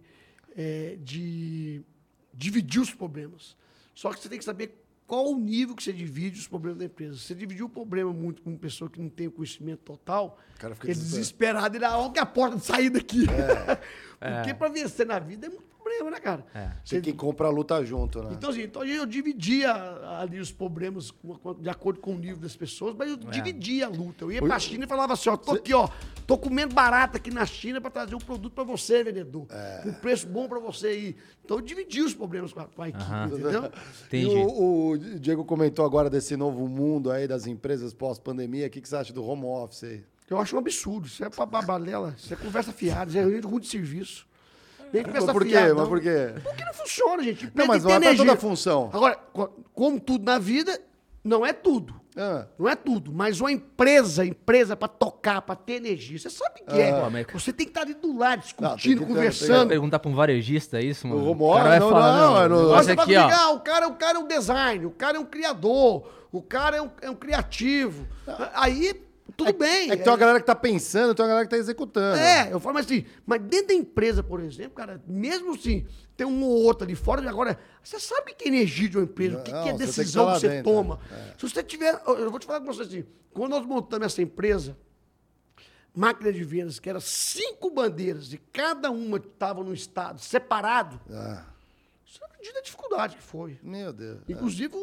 de dividir os problemas. Só que você tem que saber qual o nível que você divide os problemas da empresa. Se você dividir o problema muito com uma pessoa que não tem o conhecimento total, ele desesperado, ele olha que a porta de saída aqui. Porque para vencer na vida é muito problema, né, cara? Tem que comprar a luta junto, né? Então, assim, eu dividia ali os problemas de acordo com o nível das pessoas, mas eu dividia a luta. Eu ia pra China e falava assim, ó, tô aqui, ó, tô comendo barata aqui na China para trazer um produto para você, vendedor. Um preço bom para você aí. Então, eu dividia os problemas com a equipe, entendeu? Entendi. E o Diego comentou agora desse novo mundo aí das empresas pós-pandemia. O que você acha do home office aí? Eu acho um absurdo. Isso é pra balela, isso é conversa fiada, isso é ruim de serviço. Mas por quê? Mas por quê? Porque não funciona, gente. Não, mas não é pra toda a função. Agora, como tudo na vida, não é tudo. Não é tudo. Mas uma empresa para tocar, para ter energia, você sabe o que é. Você tem que estar ali do lado, discutindo, conversando. Perguntar pra um varejista isso, mano? O cara vai falar, Você vai ligar, o cara é um design, o cara é um criador, o cara é um criativo. Aí... Tudo bem. É que tem uma galera que tá pensando, tem uma galera que tá executando. Eu falo assim, mas dentro da empresa, por exemplo, cara, mesmo assim, tem um ou outro ali fora, agora, você sabe o que é energia de uma empresa, o que é a decisão que você toma. Se você tiver, eu vou te falar com você assim, quando nós montamos essa empresa, máquina de vendas, que era 5 bandeiras, e cada uma estava num estado separado, você acredita a dificuldade que foi. Meu Deus. Inclusive,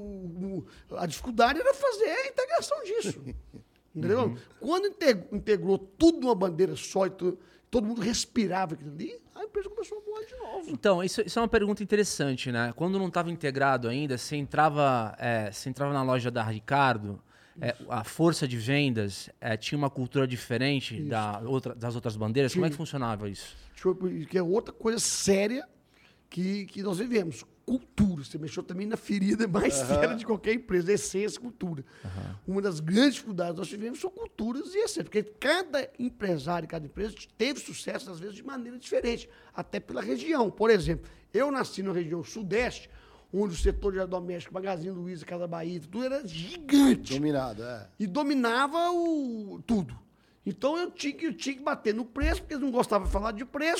a dificuldade era fazer a integração disso. Entendeu? Quando integrou tudo numa bandeira só e todo mundo respirava aquilo ali, a empresa começou a voar de novo. Então, isso é uma pergunta interessante, né? Quando não estava integrado ainda, você entrava na loja da Ricardo, a força de vendas tinha uma cultura diferente das outras bandeiras. Como é que funcionava isso? Que é outra coisa séria que nós vivemos. Cultura. Você mexeu também na ferida mais séria de qualquer empresa, essência, cultura. Uma das grandes dificuldades que nós tivemos são culturas e essência, porque cada empresário, cada empresa teve sucesso, às vezes, de maneira diferente, até pela região. Por exemplo, eu nasci na região sudeste, onde o setor de doméstico, Magazine Luiza, Casa Bahia, tudo era gigante. Dominado, E dominava tudo. Então, eu tinha que bater no preço, porque eles não gostavam de falar de preço.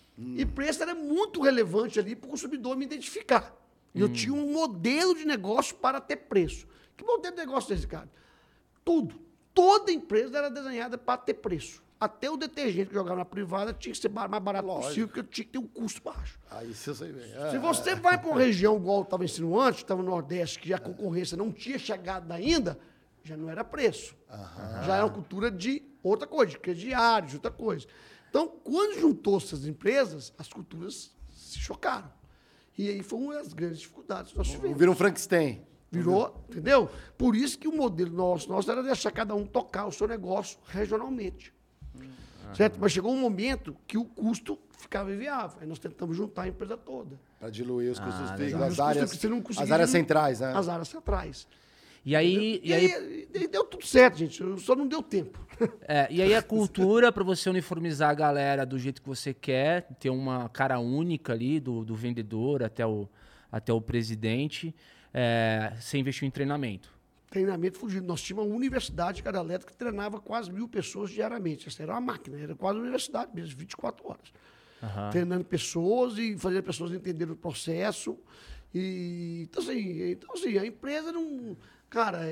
E preço era muito relevante ali para o consumidor me identificar. E eu tinha um modelo de negócio para ter preço. Que modelo de negócio é esse, cara? Tudo. Toda empresa era desenhada para ter preço. Até o detergente que jogava na privada tinha que ser mais barato possível, porque tinha que ter um custo baixo. Aí isso eu sei bem. Se você vai para uma região igual eu estava ensinando antes, estava no Nordeste, que a concorrência não tinha chegado ainda, já não era preço. Já era uma cultura de outra coisa, de crediário, de outra coisa. Então, quando juntou essas empresas, as culturas se chocaram. E aí foi uma das grandes dificuldades que nós tivemos. Virou um Frankenstein. Virou, entendeu? Por isso que o modelo nosso era deixar cada um tocar o seu negócio regionalmente. Certo? Mas chegou um momento que o custo ficava inviável. Aí nós tentamos juntar a empresa toda. Para diluir os custos fixos, Os as custos áreas, que você não conseguia as áreas diluir. centrais, né? As áreas centrais. E aí, E deu tudo certo, gente. Só não deu tempo. e aí a cultura para você uniformizar a galera do jeito que você quer, ter uma cara única ali, do vendedor até o presidente, você investiu em treinamento. Treinamento fugido. Nós tínhamos uma universidade, cara, elétrica, que treinava quase 1.000 pessoas diariamente. Essa era uma máquina, era quase uma universidade mesmo, 24 horas. Treinando pessoas e fazendo pessoas entenderem o processo. Então, assim, a empresa não... Cara,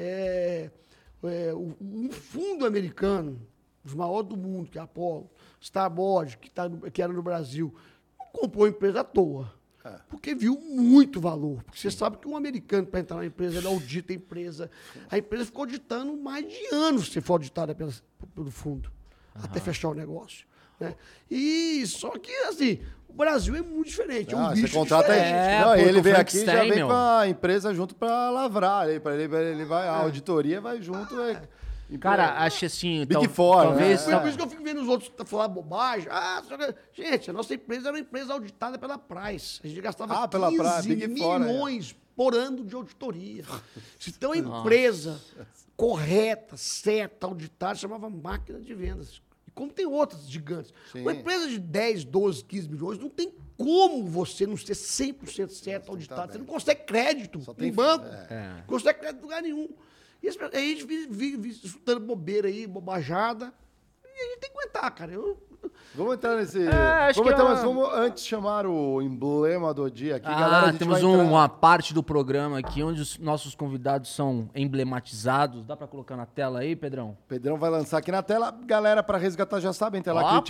um fundo americano, os maiores do mundo, que é a Apollo, Starboard, que era no Brasil, não comprou a empresa à toa. Porque viu muito valor. Porque você sabe que um americano, para entrar na empresa, ele audita a empresa. A empresa ficou auditando mais de anos se for auditada pelo fundo, até fechar o negócio. Né? E só que, assim, o Brasil é muito diferente. É um bicho você contrata diferente. não, ele vem Frankenstein, aqui já vem meu. com a empresa junto para lavrar. Ele vai, a auditoria vai junto. Cara, acho assim... Big Four, talvez... né? Por isso que eu fico vendo os outros falar bobagem. Gente, a nossa empresa era uma empresa auditada pela Price. A gente gastava pela 15 Price, Big Four, milhões por ano de auditoria. Se tem uma empresa correta, certa, auditada, chamava máquina de vendas. E como tem outras gigantes. Sim. Uma empresa de 10, 12, 15 milhões, não tem como você não ser 100% certo, auditado. Você não consegue crédito em banco. Não consegue crédito em lugar nenhum. E aí a gente vive escutando bobeira aí, bobajada. E a gente tem que aguentar, cara. Vamos entrar nesse. acho Vamos que entrar, mas vamos antes chamar o emblema do dia aqui, galera. A gente temos vai entrar- uma parte do programa aqui onde os nossos convidados são emblematizados. Dá pra colocar na tela aí, Pedrão? Pedrão vai lançar aqui na tela. Galera, para resgatar já sabem, tem lá Ó,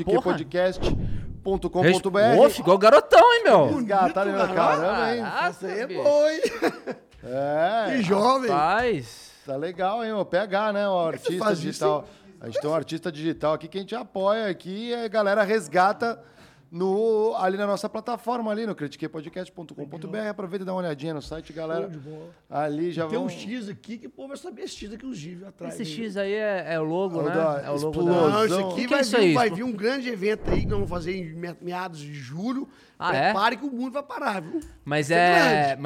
critiquepodcast.com.br. Ô, ficou garotão, hein, meu? Resgataram, Bonito, caramba, hein? Essa aí é boa, hein? Que jovem. Rapaz. Tá legal, hein? O PH, né? O você artista faz digital. A gente tem um artista digital aqui que a gente apoia aqui e a galera resgata ali na nossa plataforma, ali no critiquepodcast.com.br. Aproveita e dá uma olhadinha no site, galera. Show de bola. Ali já Tem vão... um X aqui que o povo vai saber esse X aqui, os X atrás. Esse aí. X aí é o logo, né? da É o logo explosão. Não, isso O aqui que é isso aí? vai vir um grande evento aí que nós vamos fazer em meados de julho. Ah, é? Prepare que o mundo vai parar, viu? Mas grande.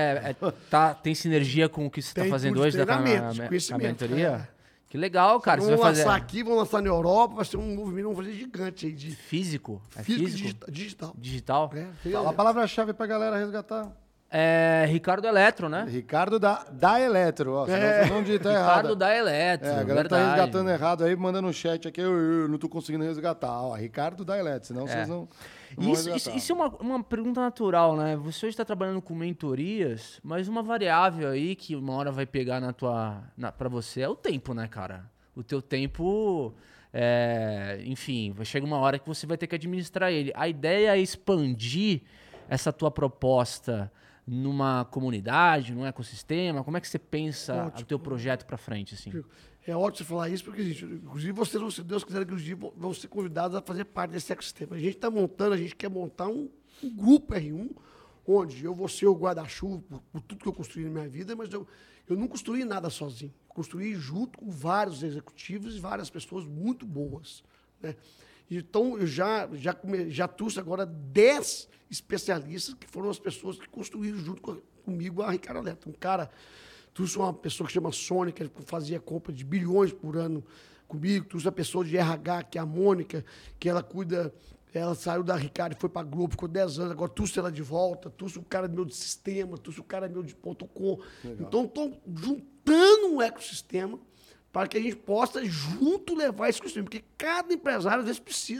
tem sinergia com o que você está Tem fazendo curso hoje de da treinamento, de com a conhecimento, mentoria? Que legal, cara. Você Vamos vai fazer lançar aqui, vamos lançar na Europa, vai ser um movimento, vamos fazer gigante aí de físico? É físico e físico? digital. Digital? Fala a palavra-chave pra galera resgatar. É Ricardo Eletro, né? Ricardo da Eletro, ó. Senão vocês vão digitar errado. Ricardo da Eletro. A galera tá verdade. resgatando errado aí, mandando no chat aqui, eu não tô conseguindo resgatar. Ó, Ricardo da Eletro, senão vocês não vão resgatar. Isso é uma pergunta natural, né? Você hoje está trabalhando com mentorias, mas uma variável aí que uma hora vai pegar pra você é o tempo, né, cara? O teu tempo, enfim, vai chegar uma hora que você vai ter que administrar ele. A ideia é expandir essa tua proposta numa comunidade, num ecossistema. Como é que você pensa o teu projeto para frente, assim? É ótimo você falar isso, porque, gente, inclusive, vocês, se Deus quiser, inclusive, vão ser convidados a fazer parte desse ecossistema. A gente quer montar um grupo R1, onde eu vou ser o guarda-chuva por tudo que eu construí na minha vida, mas eu não construí nada sozinho. Construí junto com vários executivos e várias pessoas muito boas. Né? Então, eu já trouxe agora 10 especialistas que foram as pessoas que construíram junto comigo a Ricardo Eletro. Trouxe uma pessoa que chama Sônia, que fazia compra de bilhões por ano comigo. Trouxe uma pessoa de RH, que é a Mônica, que ela cuida... Ela saiu da Ricardo e foi para a Globo, ficou 10 anos, agora trouxe ela de volta, trouxe o cara meu de sistema, trouxe o cara meu de .com. Então, estou juntando um ecossistema para que a gente possa junto levar esse ecossistema, porque cada empresário, às vezes, precisa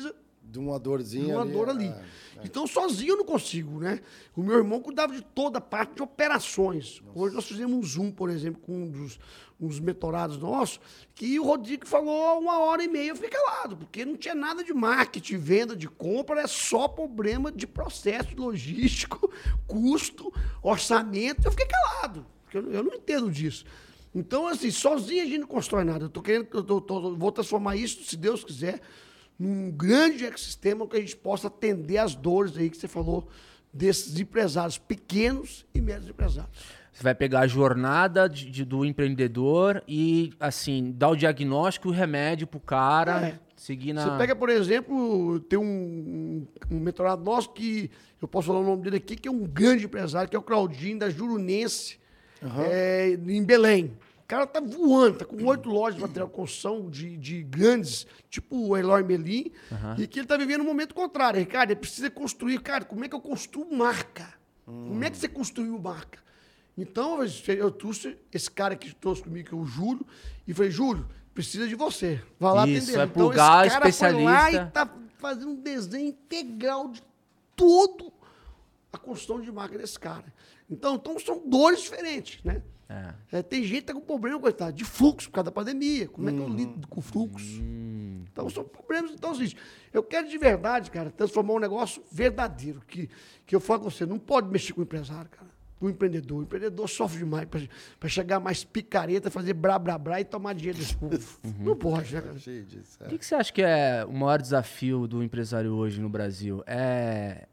De uma dorzinha de uma dor ali. Então, sozinho eu não consigo, né? O meu irmão cuidava de toda a parte de operações. Nossa. Hoje nós fizemos um Zoom, por exemplo, com uns mentorados nossos, que o Rodrigo falou 1h30, eu fiquei calado, porque não tinha nada de marketing, venda, de compra, é só problema de processo logístico, custo, orçamento, eu fiquei calado, porque eu não entendo disso. Então, assim, sozinho a gente não constrói nada. Vou transformar isso, se Deus quiser, num grande ecossistema que a gente possa atender as dores aí que você falou desses empresários pequenos e médios empresários. Você vai pegar a jornada do empreendedor e, assim, dar o diagnóstico e o remédio pro cara, seguir na... Você pega, por exemplo, tem um mentorado nosso que, eu posso falar o nome dele aqui, que é um grande empresário, que é o Claudinho, da Jurunense, em Belém. O cara tá voando, tá com 8 lojas de material de construção de grandes, tipo o Eloy Melim, e que ele tá vivendo um momento contrário. Ricardo, ele precisa construir. Cara, como é que eu construo marca? Como é que você construiu marca? Então, eu trouxe esse cara que trouxe comigo, que é o Júlio, e falei, Júlio, precisa de você. Vai lá atender. Vai plugar, então, esse cara foi lá e tá fazendo um desenho integral de toda a construção de marca desse cara. Então são dores diferentes, né? Tem gente que tá com problema, coitado, de fluxo por causa da pandemia. Como é que eu lido com fluxo? Então, são problemas. Então, assim, eu quero de verdade, cara, transformar um negócio verdadeiro. Que eu falo com você, não pode mexer com o empresário, cara. O empreendedor sofre demais para chegar mais picareta, fazer blá, blá, blá e tomar dinheiro desse povo. Não pode, né, cara? O que você acha que é o maior desafio do empresário hoje no Brasil? É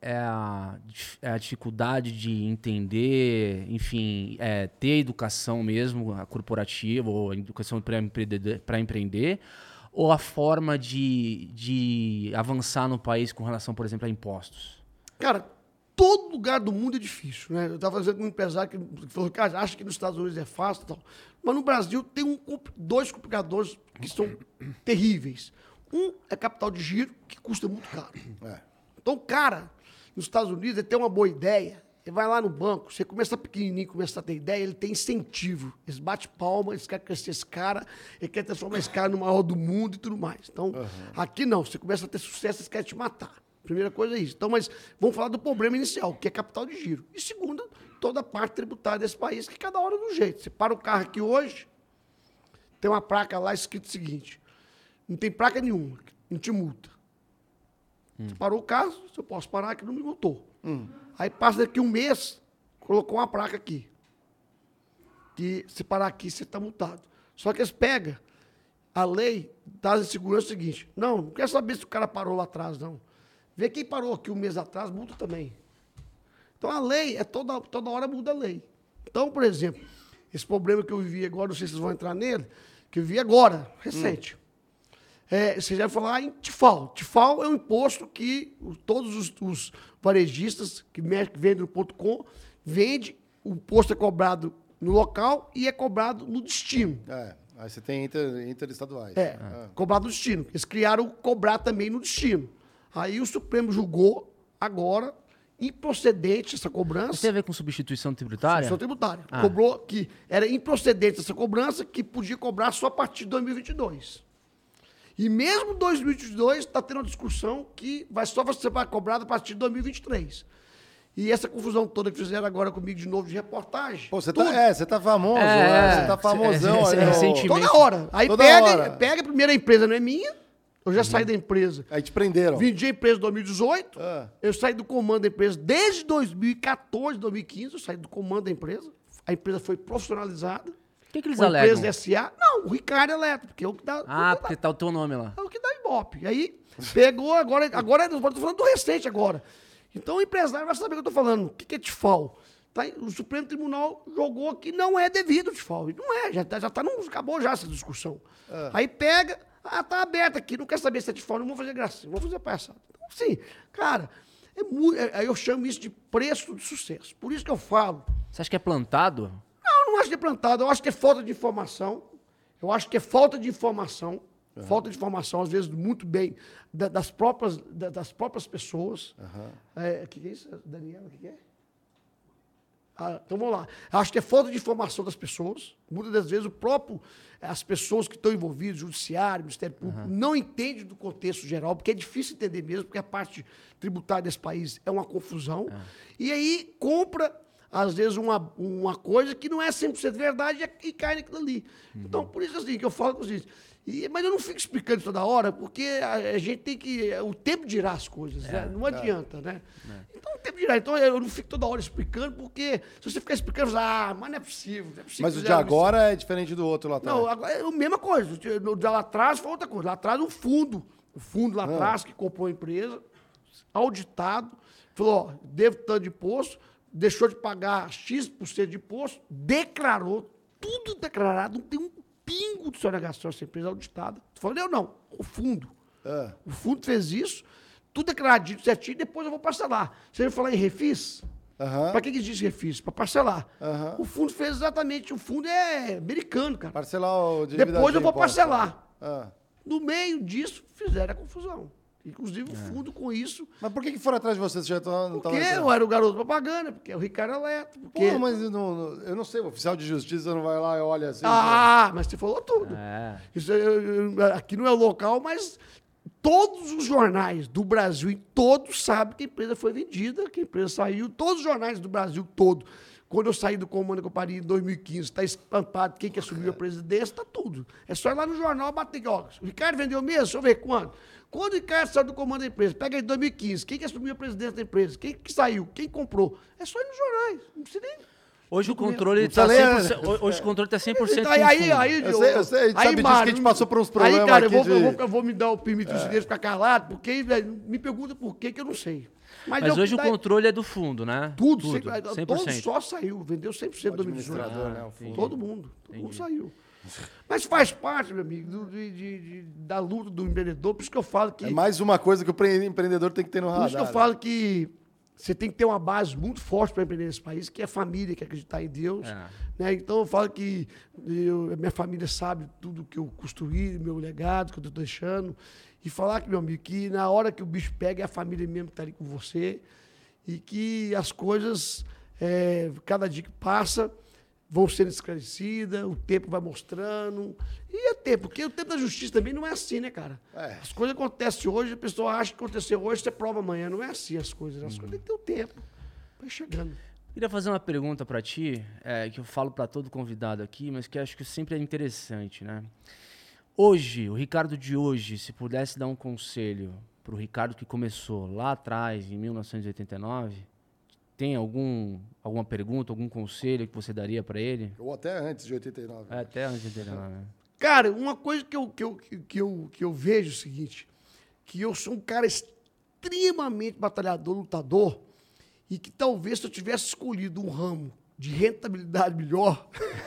a dificuldade de entender, enfim, ter educação mesmo, a corporativa, ou a educação para empreender, ou a forma de avançar no país com relação, por exemplo, a impostos? Cara, todo lugar do mundo é difícil, né? Eu estava fazendo com um empresário que falou, cara, acha que nos Estados Unidos é fácil e tal. Mas no Brasil tem dois complicadores que são terríveis. Um é capital de giro, que custa muito caro. Então, o cara, nos Estados Unidos, ele tem uma boa ideia, ele vai lá no banco, você começa pequenininho, começa a ter ideia, ele tem incentivo. Eles batem palma, eles querem crescer esse cara, ele quer transformar esse cara no maior do mundo e tudo mais. Então, aqui não, você começa a ter sucesso, eles querem te matar. Primeira coisa é isso. Então, mas vamos falar do problema inicial, que é capital de giro. E segunda, toda a parte tributária desse país, que cada hora é de um jeito. Você para o carro aqui hoje, tem uma placa lá escrito o seguinte, não tem placa nenhuma, não te multa. Você parou o carro, eu posso parar que não me multou. Aí passa daqui um mês, colocou uma placa aqui. Que se parar aqui, você está multado. Só que eles pegam a lei das inseguranças o seguinte, não quer saber se o cara parou lá atrás, não. Vê quem parou aqui um mês atrás, multa também. Então, a lei, toda hora muda a lei. Então, por exemplo, esse problema que eu vivi agora, não sei se vocês vão entrar nele, que eu vivi agora, recente. Você já vai falar em TIFAL. TIFAL é um imposto que todos os varejistas que vendem no .com, vende, o imposto é cobrado no local e é cobrado no destino. Aí você tem interestaduais. Cobrado no destino. Eles criaram cobrar também no destino. Aí o Supremo julgou agora improcedente essa cobrança. Isso tem a ver com substituição tributária? Substituição tributária. Cobrou que era improcedente essa cobrança, que podia cobrar só a partir de 2022. E mesmo 2022 está tendo uma discussão que só vai ser cobrada a partir de 2023. E essa confusão toda que fizeram agora comigo de novo de reportagem. Pô, você tá famoso, né? Você tá famosão. Recentemente. Toda hora. Aí pega a primeira empresa, não é minha. Eu já saí da empresa. Aí te prenderam. Vendi a empresa em 2018. Eu saí do comando da empresa desde 2014, 2015. Eu saí do comando da empresa. A empresa foi profissionalizada. O que eles alegam? A empresa SA. Não, o Ricardo Eletro. Porque é o que dá. Porque tá o teu nome lá. É o que dá Ibope. Aí pegou, agora eu tô falando do recente agora. Então o empresário vai saber o que eu tô falando. O que é TIFAL? Tá, o Supremo Tribunal jogou que não é devido o TIFAL. Não é, acabou já essa discussão. Aí pega. Tá aberto aqui, não quer saber se é de fora, não vou fazer graça, vou fazer palhaçada. Então, sim, cara, eu chamo isso de preço de sucesso. Por isso que eu falo. Você acha que é plantado? Não acho que é plantado, eu acho que é falta de informação. Eu acho que é falta de informação. Falta de informação, às vezes, muito bem, das próprias pessoas. O que é isso, Daniela? O que é? Então vamos lá. Acho que é falta de informação das pessoas. Muitas das vezes as pessoas que estão envolvidas, Judiciário, Ministério Público, não entendem do contexto geral, porque é difícil entender mesmo, porque a parte tributária desse país é uma confusão. E aí compra, às vezes, uma coisa que não é 100% verdade e cai naquilo ali. Então, por isso assim, que eu falo com vocês. Mas eu não fico explicando isso toda hora, porque a gente tem que... O tempo dirá as coisas, né? Não adianta, né? Então, o tempo dirá. Então, eu não fico toda hora explicando, porque se você ficar explicando, mas não é possível. Não é possível Mas o de agora é diferente do outro lá atrás. Não, agora é a mesma coisa. Lá atrás foi outra coisa. Lá atrás, o fundo lá atrás, que comprou a empresa, auditado, falou, devo tanto de imposto, deixou de pagar X% de imposto, declarou, tudo declarado, não tem um pingo de sonegação essa empresa auditada. Falei, eu não, o fundo. O fundo fez isso, tudo declaradinho, certinho, depois eu vou parcelar. Você vai falar em refis? Para que existe refis? Para parcelar. O fundo fez exatamente, o fundo é americano, cara. Parcelar o dívida. Depois eu vou parcelar. No meio disso, fizeram a confusão. Inclusive o fundo com isso. Mas por que foram atrás de você? Você já porque eu era o garoto propaganda, porque o Ricardo Aleto. Porque... Pô, mas eu não sei, o oficial de justiça não vai lá e olha assim. Mas você falou tudo. Isso, aqui não é o local, mas todos os jornais do Brasil, todos sabem que a empresa foi vendida, que a empresa saiu. Todos os jornais do Brasil, todo. Quando eu saí do comando que eu parei em 2015, está estampado quem que assumiu a presidência, está tudo. É só ir lá no jornal bater. Ó, o Ricardo vendeu mesmo? Deixa eu ver quando. Quando o Ricardo saiu do comando da empresa, pega aí 2015, quem que assumiu a presidência da empresa? Quem que saiu? Quem comprou? É só ir nos jornais, não precisa nem... Hoje o controle está 100%, hoje o controle tá 100% eu sei, a gente sabe disso que a gente passou por uns problemas cara, aqui eu vou me dar o permito de ficar calado, porque me pergunta por que eu não sei. Mas hoje o controle é do fundo, né? Tudo 100%. Todo só saiu, vendeu 100% do administrador. Todo mundo saiu. Mas faz parte, meu amigo, da luta do empreendedor, por isso que eu falo que... É mais uma coisa que o empreendedor tem que ter no radar. Por isso que eu falo que você tem que ter uma base muito forte para empreender nesse país, que é a família, que é acreditar em Deus. Né? Então eu falo que minha família sabe tudo que eu construí, meu legado, que eu estou deixando. E falar que, meu amigo, que na hora que o bicho pega, é a família mesmo que está ali com você. E que as coisas, cada dia que passa, vão sendo esclarecidas, o tempo vai mostrando. E é tempo, porque o tempo da justiça também não é assim, né, cara? As coisas acontecem hoje, a pessoa acha que aconteceu hoje, você prova amanhã. Não é assim as coisas. As coisas têm que ter o tempo. Vai chegando. Queria fazer uma pergunta para ti, que eu falo para todo convidado aqui, mas que acho que sempre é interessante, né? Hoje, o Ricardo de hoje, se pudesse dar um conselho para o Ricardo que começou lá atrás, em 1989... Tem alguma pergunta, algum conselho que você daria para ele? Ou até antes de 89. Até antes de 89. Cara, uma coisa que eu vejo é o seguinte, que eu sou um cara extremamente batalhador, lutador, e que talvez se eu tivesse escolhido um ramo de rentabilidade melhor...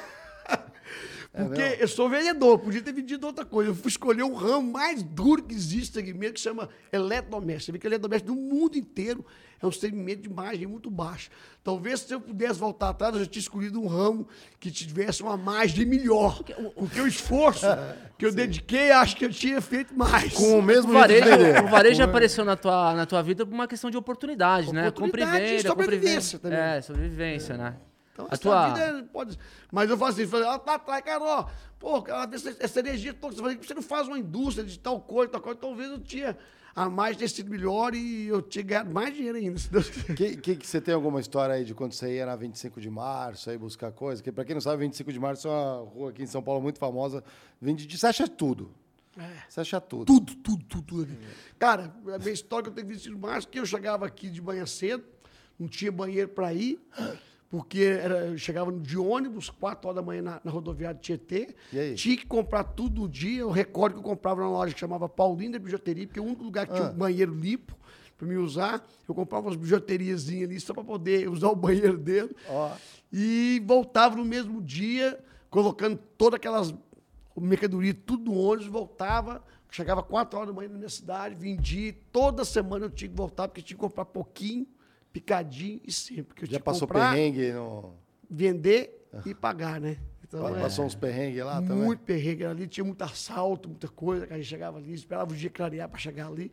Porque eu sou vendedor, podia ter vendido outra coisa. Eu fui escolher um ramo mais duro que existe, segmento, que chama eletrodoméstico. Você vê que eletrodoméstico do mundo inteiro é um segmento de margem muito baixa. Talvez se eu pudesse voltar atrás, eu já tinha escolhido um ramo que tivesse uma margem melhor. Porque o esforço que eu dediquei, acho que eu tinha feito mais. Com o mesmo o varejo apareceu na tua vida por uma questão de oportunidade, né? Compra e venda, sobrevivência também. Sobrevivência, né? Então, essa vida pode... Mas eu falo assim, ela tá atrás, cara, ó, pô, essa energia toda, você não faz uma indústria de tal coisa, talvez eu tinha a mais ter sido melhor e eu tinha ganhado mais dinheiro ainda. Que você tem alguma história aí de quando você ia na 25 de março, aí buscar coisa? Que pra quem não sabe, 25 de março é uma rua aqui em São Paulo muito famosa, você acha tudo. Você acha tudo. Tudo. Cara, a minha história que eu tenho 25 de março, que eu chegava aqui de manhã cedo, não tinha banheiro para ir, porque eu chegava de ônibus, 4 horas da manhã na rodoviária de Tietê. Tinha que comprar tudo no dia. O recorde que eu comprava na loja que chamava Paulinho da Bijuteria, porque é o único lugar que tinha um banheiro limpo para me usar. Eu comprava umas bijuteriazinhas ali só para poder usar o banheiro dele. E voltava no mesmo dia, colocando todas aquelas mercadorias, tudo no ônibus, voltava. Chegava 4 horas da manhã na minha cidade, vendia. Toda semana eu tinha que voltar, porque tinha que comprar pouquinho, picadinho e sempre. Porque eu já passou perrengue? Vender e pagar, né? Então, passou uns perrengues lá também? Muito perrengue ali, tinha muito assalto, muita coisa, que a gente chegava ali, esperava o dia clarear para chegar ali.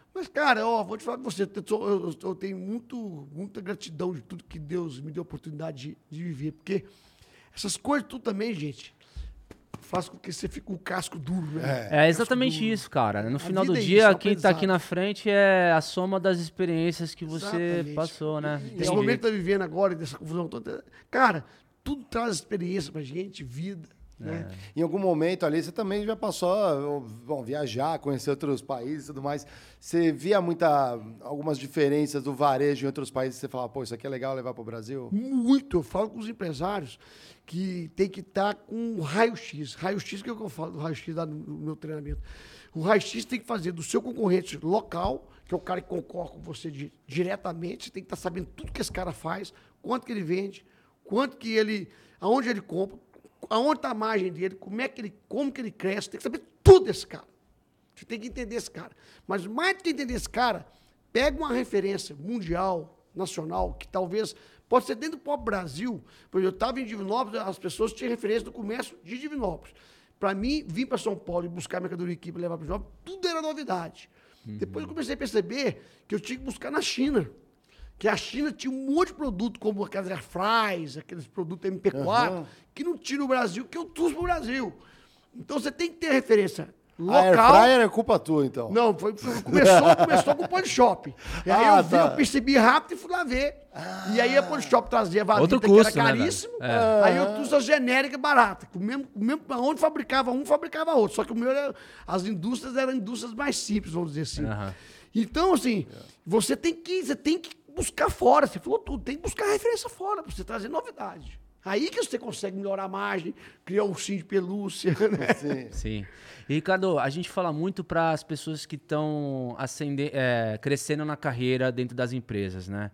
Mas, cara, vou te falar pra você, eu tenho muita gratidão de tudo que Deus me deu a oportunidade de viver, porque essas coisas tudo também, gente, faz com que você fique com o casco duro, né? É exatamente isso, cara. No final do vida é dia, isso, é um quem tá aqui aprendizado. na frente é a soma das experiências que você Exatamente. passou, né? Tem Esse momento jeito. que tá vivendo agora, dessa confusão toda, cara, tudo traz experiência pra gente, vida, né? Em algum momento ali, você também já passou a viajar, conhecer outros países e tudo mais. Você via algumas diferenças do varejo em outros países? Você falava, pô, isso aqui é legal levar para o Brasil? Muito. Eu falo com os empresários que tem que estar com raio-x. Raio-x, o que eu falo do raio-x lá no meu treinamento? O raio-x tem que fazer do seu concorrente local, que é o cara que concorre com você diretamente, você tem que estar sabendo tudo que esse cara faz, quanto que ele vende, aonde ele compra, aonde está a margem dele, como que ele cresce, tem que saber tudo desse cara. Você tem que entender esse cara. Mas mais do que entender esse cara, pega uma referência mundial, nacional, que talvez pode ser dentro do próprio Brasil. Porque eu estava em Divinópolis, as pessoas tinham referência do comércio de Divinópolis. Para mim, vir para São Paulo e buscar mercadoria aqui para levar para Divinópolis, tudo era novidade. Depois eu comecei a perceber que eu tinha que buscar na China. Que a China tinha um monte de produto, como aquelas air fries, aqueles produtos MP4, que não tinha no Brasil, que eu trouxe para o Brasil. Então você tem que ter referência local. A air fryer é culpa tua, então. Não, começou com o Polishop. E aí eu percebi rápido e fui lá ver. E aí a Polishop trazia a valita, Outro custo, que era caríssimo. né, velho? Aí eu trouxe a genérica barata. Onde fabricava um, fabricava outro. Só que as indústrias eram indústrias mais simples, vamos dizer assim. Então, assim, você tem que buscar fora. Você falou tudo, tem que buscar referência fora para você trazer novidade. Aí que você consegue melhorar a margem, criar um ursinho de pelúcia, né? Sim. E, Ricardo, a gente fala muito para as pessoas que estão crescendo na carreira dentro das empresas, né?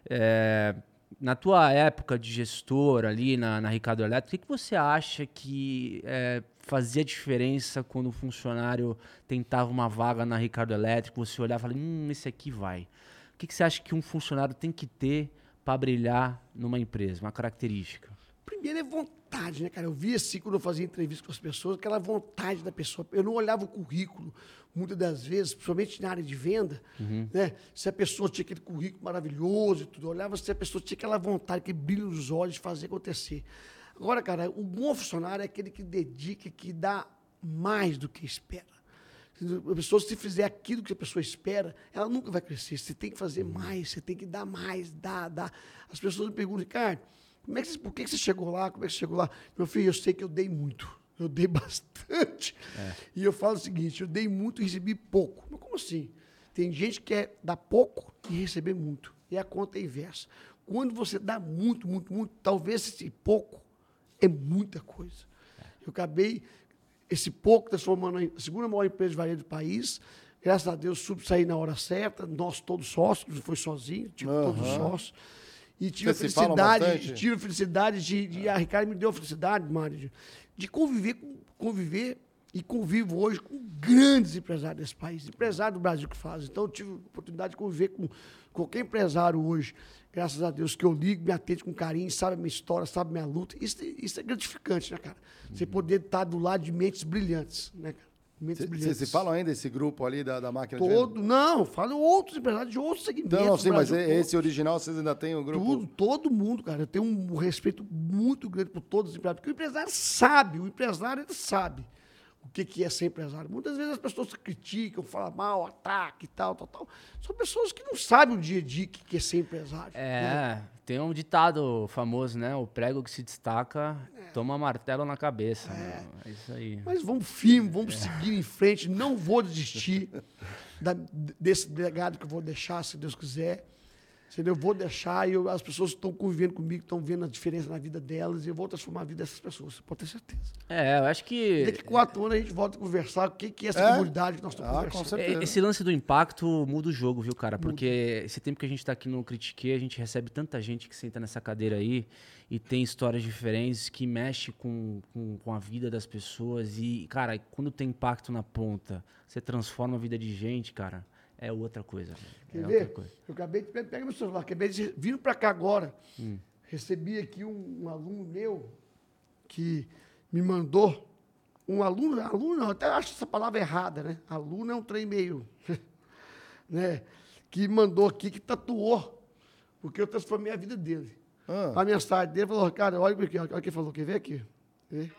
Na tua época de gestor ali na Ricardo Eletro, o que você acha que fazia diferença quando o funcionário tentava uma vaga na Ricardo Eletro, você olhava e falava, esse aqui vai. O que você acha que um funcionário tem que ter para brilhar numa empresa, uma característica? Primeiro é vontade, né, cara? Eu via assim, quando eu fazia entrevista com as pessoas, aquela vontade da pessoa. Eu não olhava o currículo, muitas das vezes, principalmente na área de venda, né? Se a pessoa tinha aquele currículo maravilhoso e tudo, eu olhava se a pessoa tinha aquela vontade, aquele brilho nos olhos de fazer acontecer. Agora, cara, o bom funcionário é aquele que dedica, que dá mais do que espera. A pessoa, se fizer aquilo que a pessoa espera, ela nunca vai crescer. Você tem que fazer mais, você tem que dar mais, dar. As pessoas me perguntam, Ricardo, por que você chegou lá? Como é que você chegou lá? Meu filho, eu sei que eu dei muito. Eu dei bastante. E eu falo o seguinte, eu dei muito e recebi pouco. Mas como assim? Tem gente que quer dar pouco e receber muito. E a conta é inversa. Quando você dá muito, talvez esse pouco é muita coisa. Eu acabei esse pouco transformando a segunda maior empresa de varejo do país. Graças a Deus, soube sair na hora certa. Nós todos sócios, não foi sozinho, tive todos sócios. E tive a felicidade de a Ricardo me deu a felicidade, Mário, de conviver e convivo hoje com grandes empresários desse país, empresários do Brasil que fazem. Então, eu tive a oportunidade de conviver com qualquer empresário hoje, graças a Deus, que eu ligo, me atende com carinho, sabe a minha história, sabe a minha luta. Isso é gratificante, né, cara? Você poder estar do lado de mentes brilhantes, né, cara? Você fala ainda desse grupo ali da máquina de venda? Não, falo outros empresários de outros segmentos. Não, sim, mas esse original vocês ainda têm o grupo? Todo mundo, cara. Eu tenho um respeito muito grande por todos os empresários, porque o empresário sabe ele sabe o que é ser empresário. Muitas vezes as pessoas criticam, falam mal, ataque e tal. São pessoas que não sabem o dia a dia que é ser empresário. Né? Tem um ditado famoso, né? O prego que se destaca toma martelo na cabeça. É isso aí. Mas vamos firme, vamos seguir em frente. Não vou desistir desse legado que eu vou deixar, se Deus quiser. Eu vou deixar e as pessoas que estão convivendo comigo, estão vendo a diferença na vida delas e eu vou transformar a vida dessas pessoas, você pode ter certeza. Eu acho que... Daqui a 4 anos a gente volta a conversar o que é essa comunidade que nós estamos conversando. Com certeza. Esse lance do impacto muda o jogo, viu, cara? Porque esse tempo que a gente está aqui no Critique, a gente recebe tanta gente que senta nessa cadeira aí e tem histórias diferentes que mexe com a vida das pessoas e, cara, quando tem impacto na ponta, você transforma a vida de gente, cara... É outra coisa. Quer ver? Eu acabei de... Pega meu celular. Vindo para cá agora, recebi aqui um aluno meu que me mandou... aluno, até acho essa palavra errada, né? Aluno é um trem meio... né? Que mandou aqui, que tatuou. Porque eu transformei a vida dele. A mensagem dele falou, cara, olha aqui, olha o que ele falou. Quer ver aqui? Vê?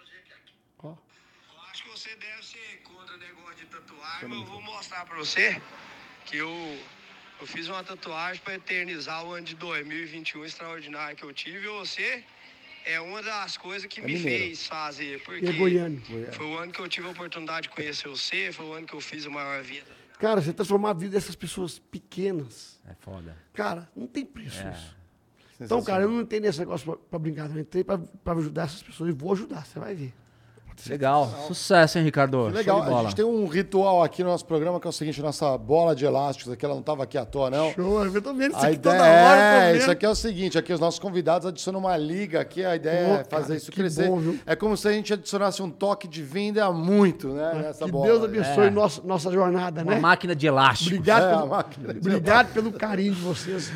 Ó. Eu acho que você deve ser contra o negócio de tatuagem, mas eu vou mostrar pra você que eu fiz uma tatuagem para eternizar o ano de 2021 extraordinário que eu tive. E você é uma das coisas que me fez fazer. Porque foi o ano que eu tive a oportunidade de conhecer você, foi o ano que eu fiz a maior vida. Cara, você transformar a vida dessas pessoas pequenas. É foda. Cara, não tem preço isso. Então, cara, eu não entrei nesse negócio pra brincar. Eu entrei pra ajudar essas pessoas e vou ajudar, você vai ver. Legal. Sucesso, hein, Ricardo? Que legal. Show de bola. A gente tem um ritual aqui no nosso programa que é o seguinte, nossa bola de elásticos aqui, ela não estava aqui à toa, não. Show, eu tô vendo isso A aqui ideia toda hora. isso aqui é o seguinte, aqui os nossos convidados adicionam uma liga aqui, a ideia é fazer cara, isso que crescer. bom, viu? É como se a gente adicionasse um toque de venda muito, né, nessa Que bola. Deus abençoe nossa jornada, Uma né? máquina de elástico. Obrigado pelo carinho de vocês.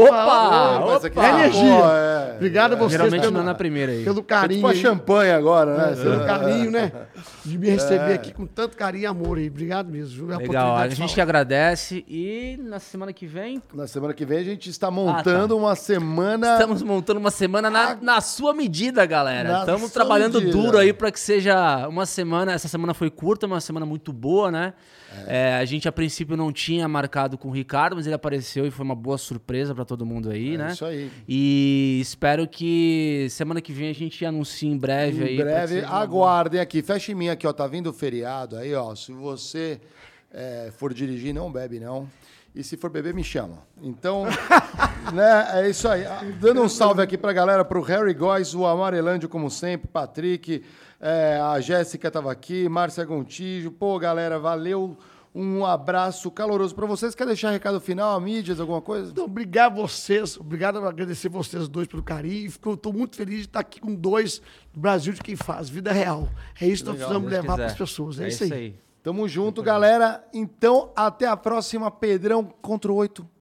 Opa! Essa aqui É energia. Pô, Obrigado a vocês Geralmente não é na primeira aí. pelo É carinho. tipo a aí. champanhe agora, né? Pelo carinho, né? De me receber aqui com tanto carinho e amor aí. Obrigado mesmo. viu? Legal, a oportunidade de gente que falar. agradece e na semana que vem Na semana que vem a gente está montando uma semana... estamos montando uma semana na sua medida, galera. Na Estamos sua trabalhando medida. duro aí para que seja uma semana. Essa semana foi curta, uma semana muito boa, né? A gente a princípio não tinha marcado com o Ricardo, mas ele apareceu e foi uma boa surpresa para todo mundo aí, né? Isso aí. E espero que semana que vem a gente anuncie em breve aí. Em pra que breve, seja uma aguardem aqui. Fecha em mim aqui, ó. Tá vindo o feriado aí, ó. Se você for dirigir, não bebe, não. E se for beber, me chama. Então, né, é isso aí. Dando um salve aqui pra galera, pro Harry Góes, o Amarelândio, como sempre, Patrick, a Jéssica tava aqui, Márcia Gontijo. Pô, galera, valeu. Um abraço caloroso pra vocês. Quer deixar recado final, a mídias, alguma coisa? Então, obrigado a vocês. Obrigado a agradecer vocês dois pelo carinho. Estou muito feliz de estar aqui com dois do Brasil de quem faz. Vida real. É isso que nós precisamos Deus levar quiser. para as pessoas. É isso aí. Tamo junto, galera. Então, até a próxima. Pedrão contra o 8.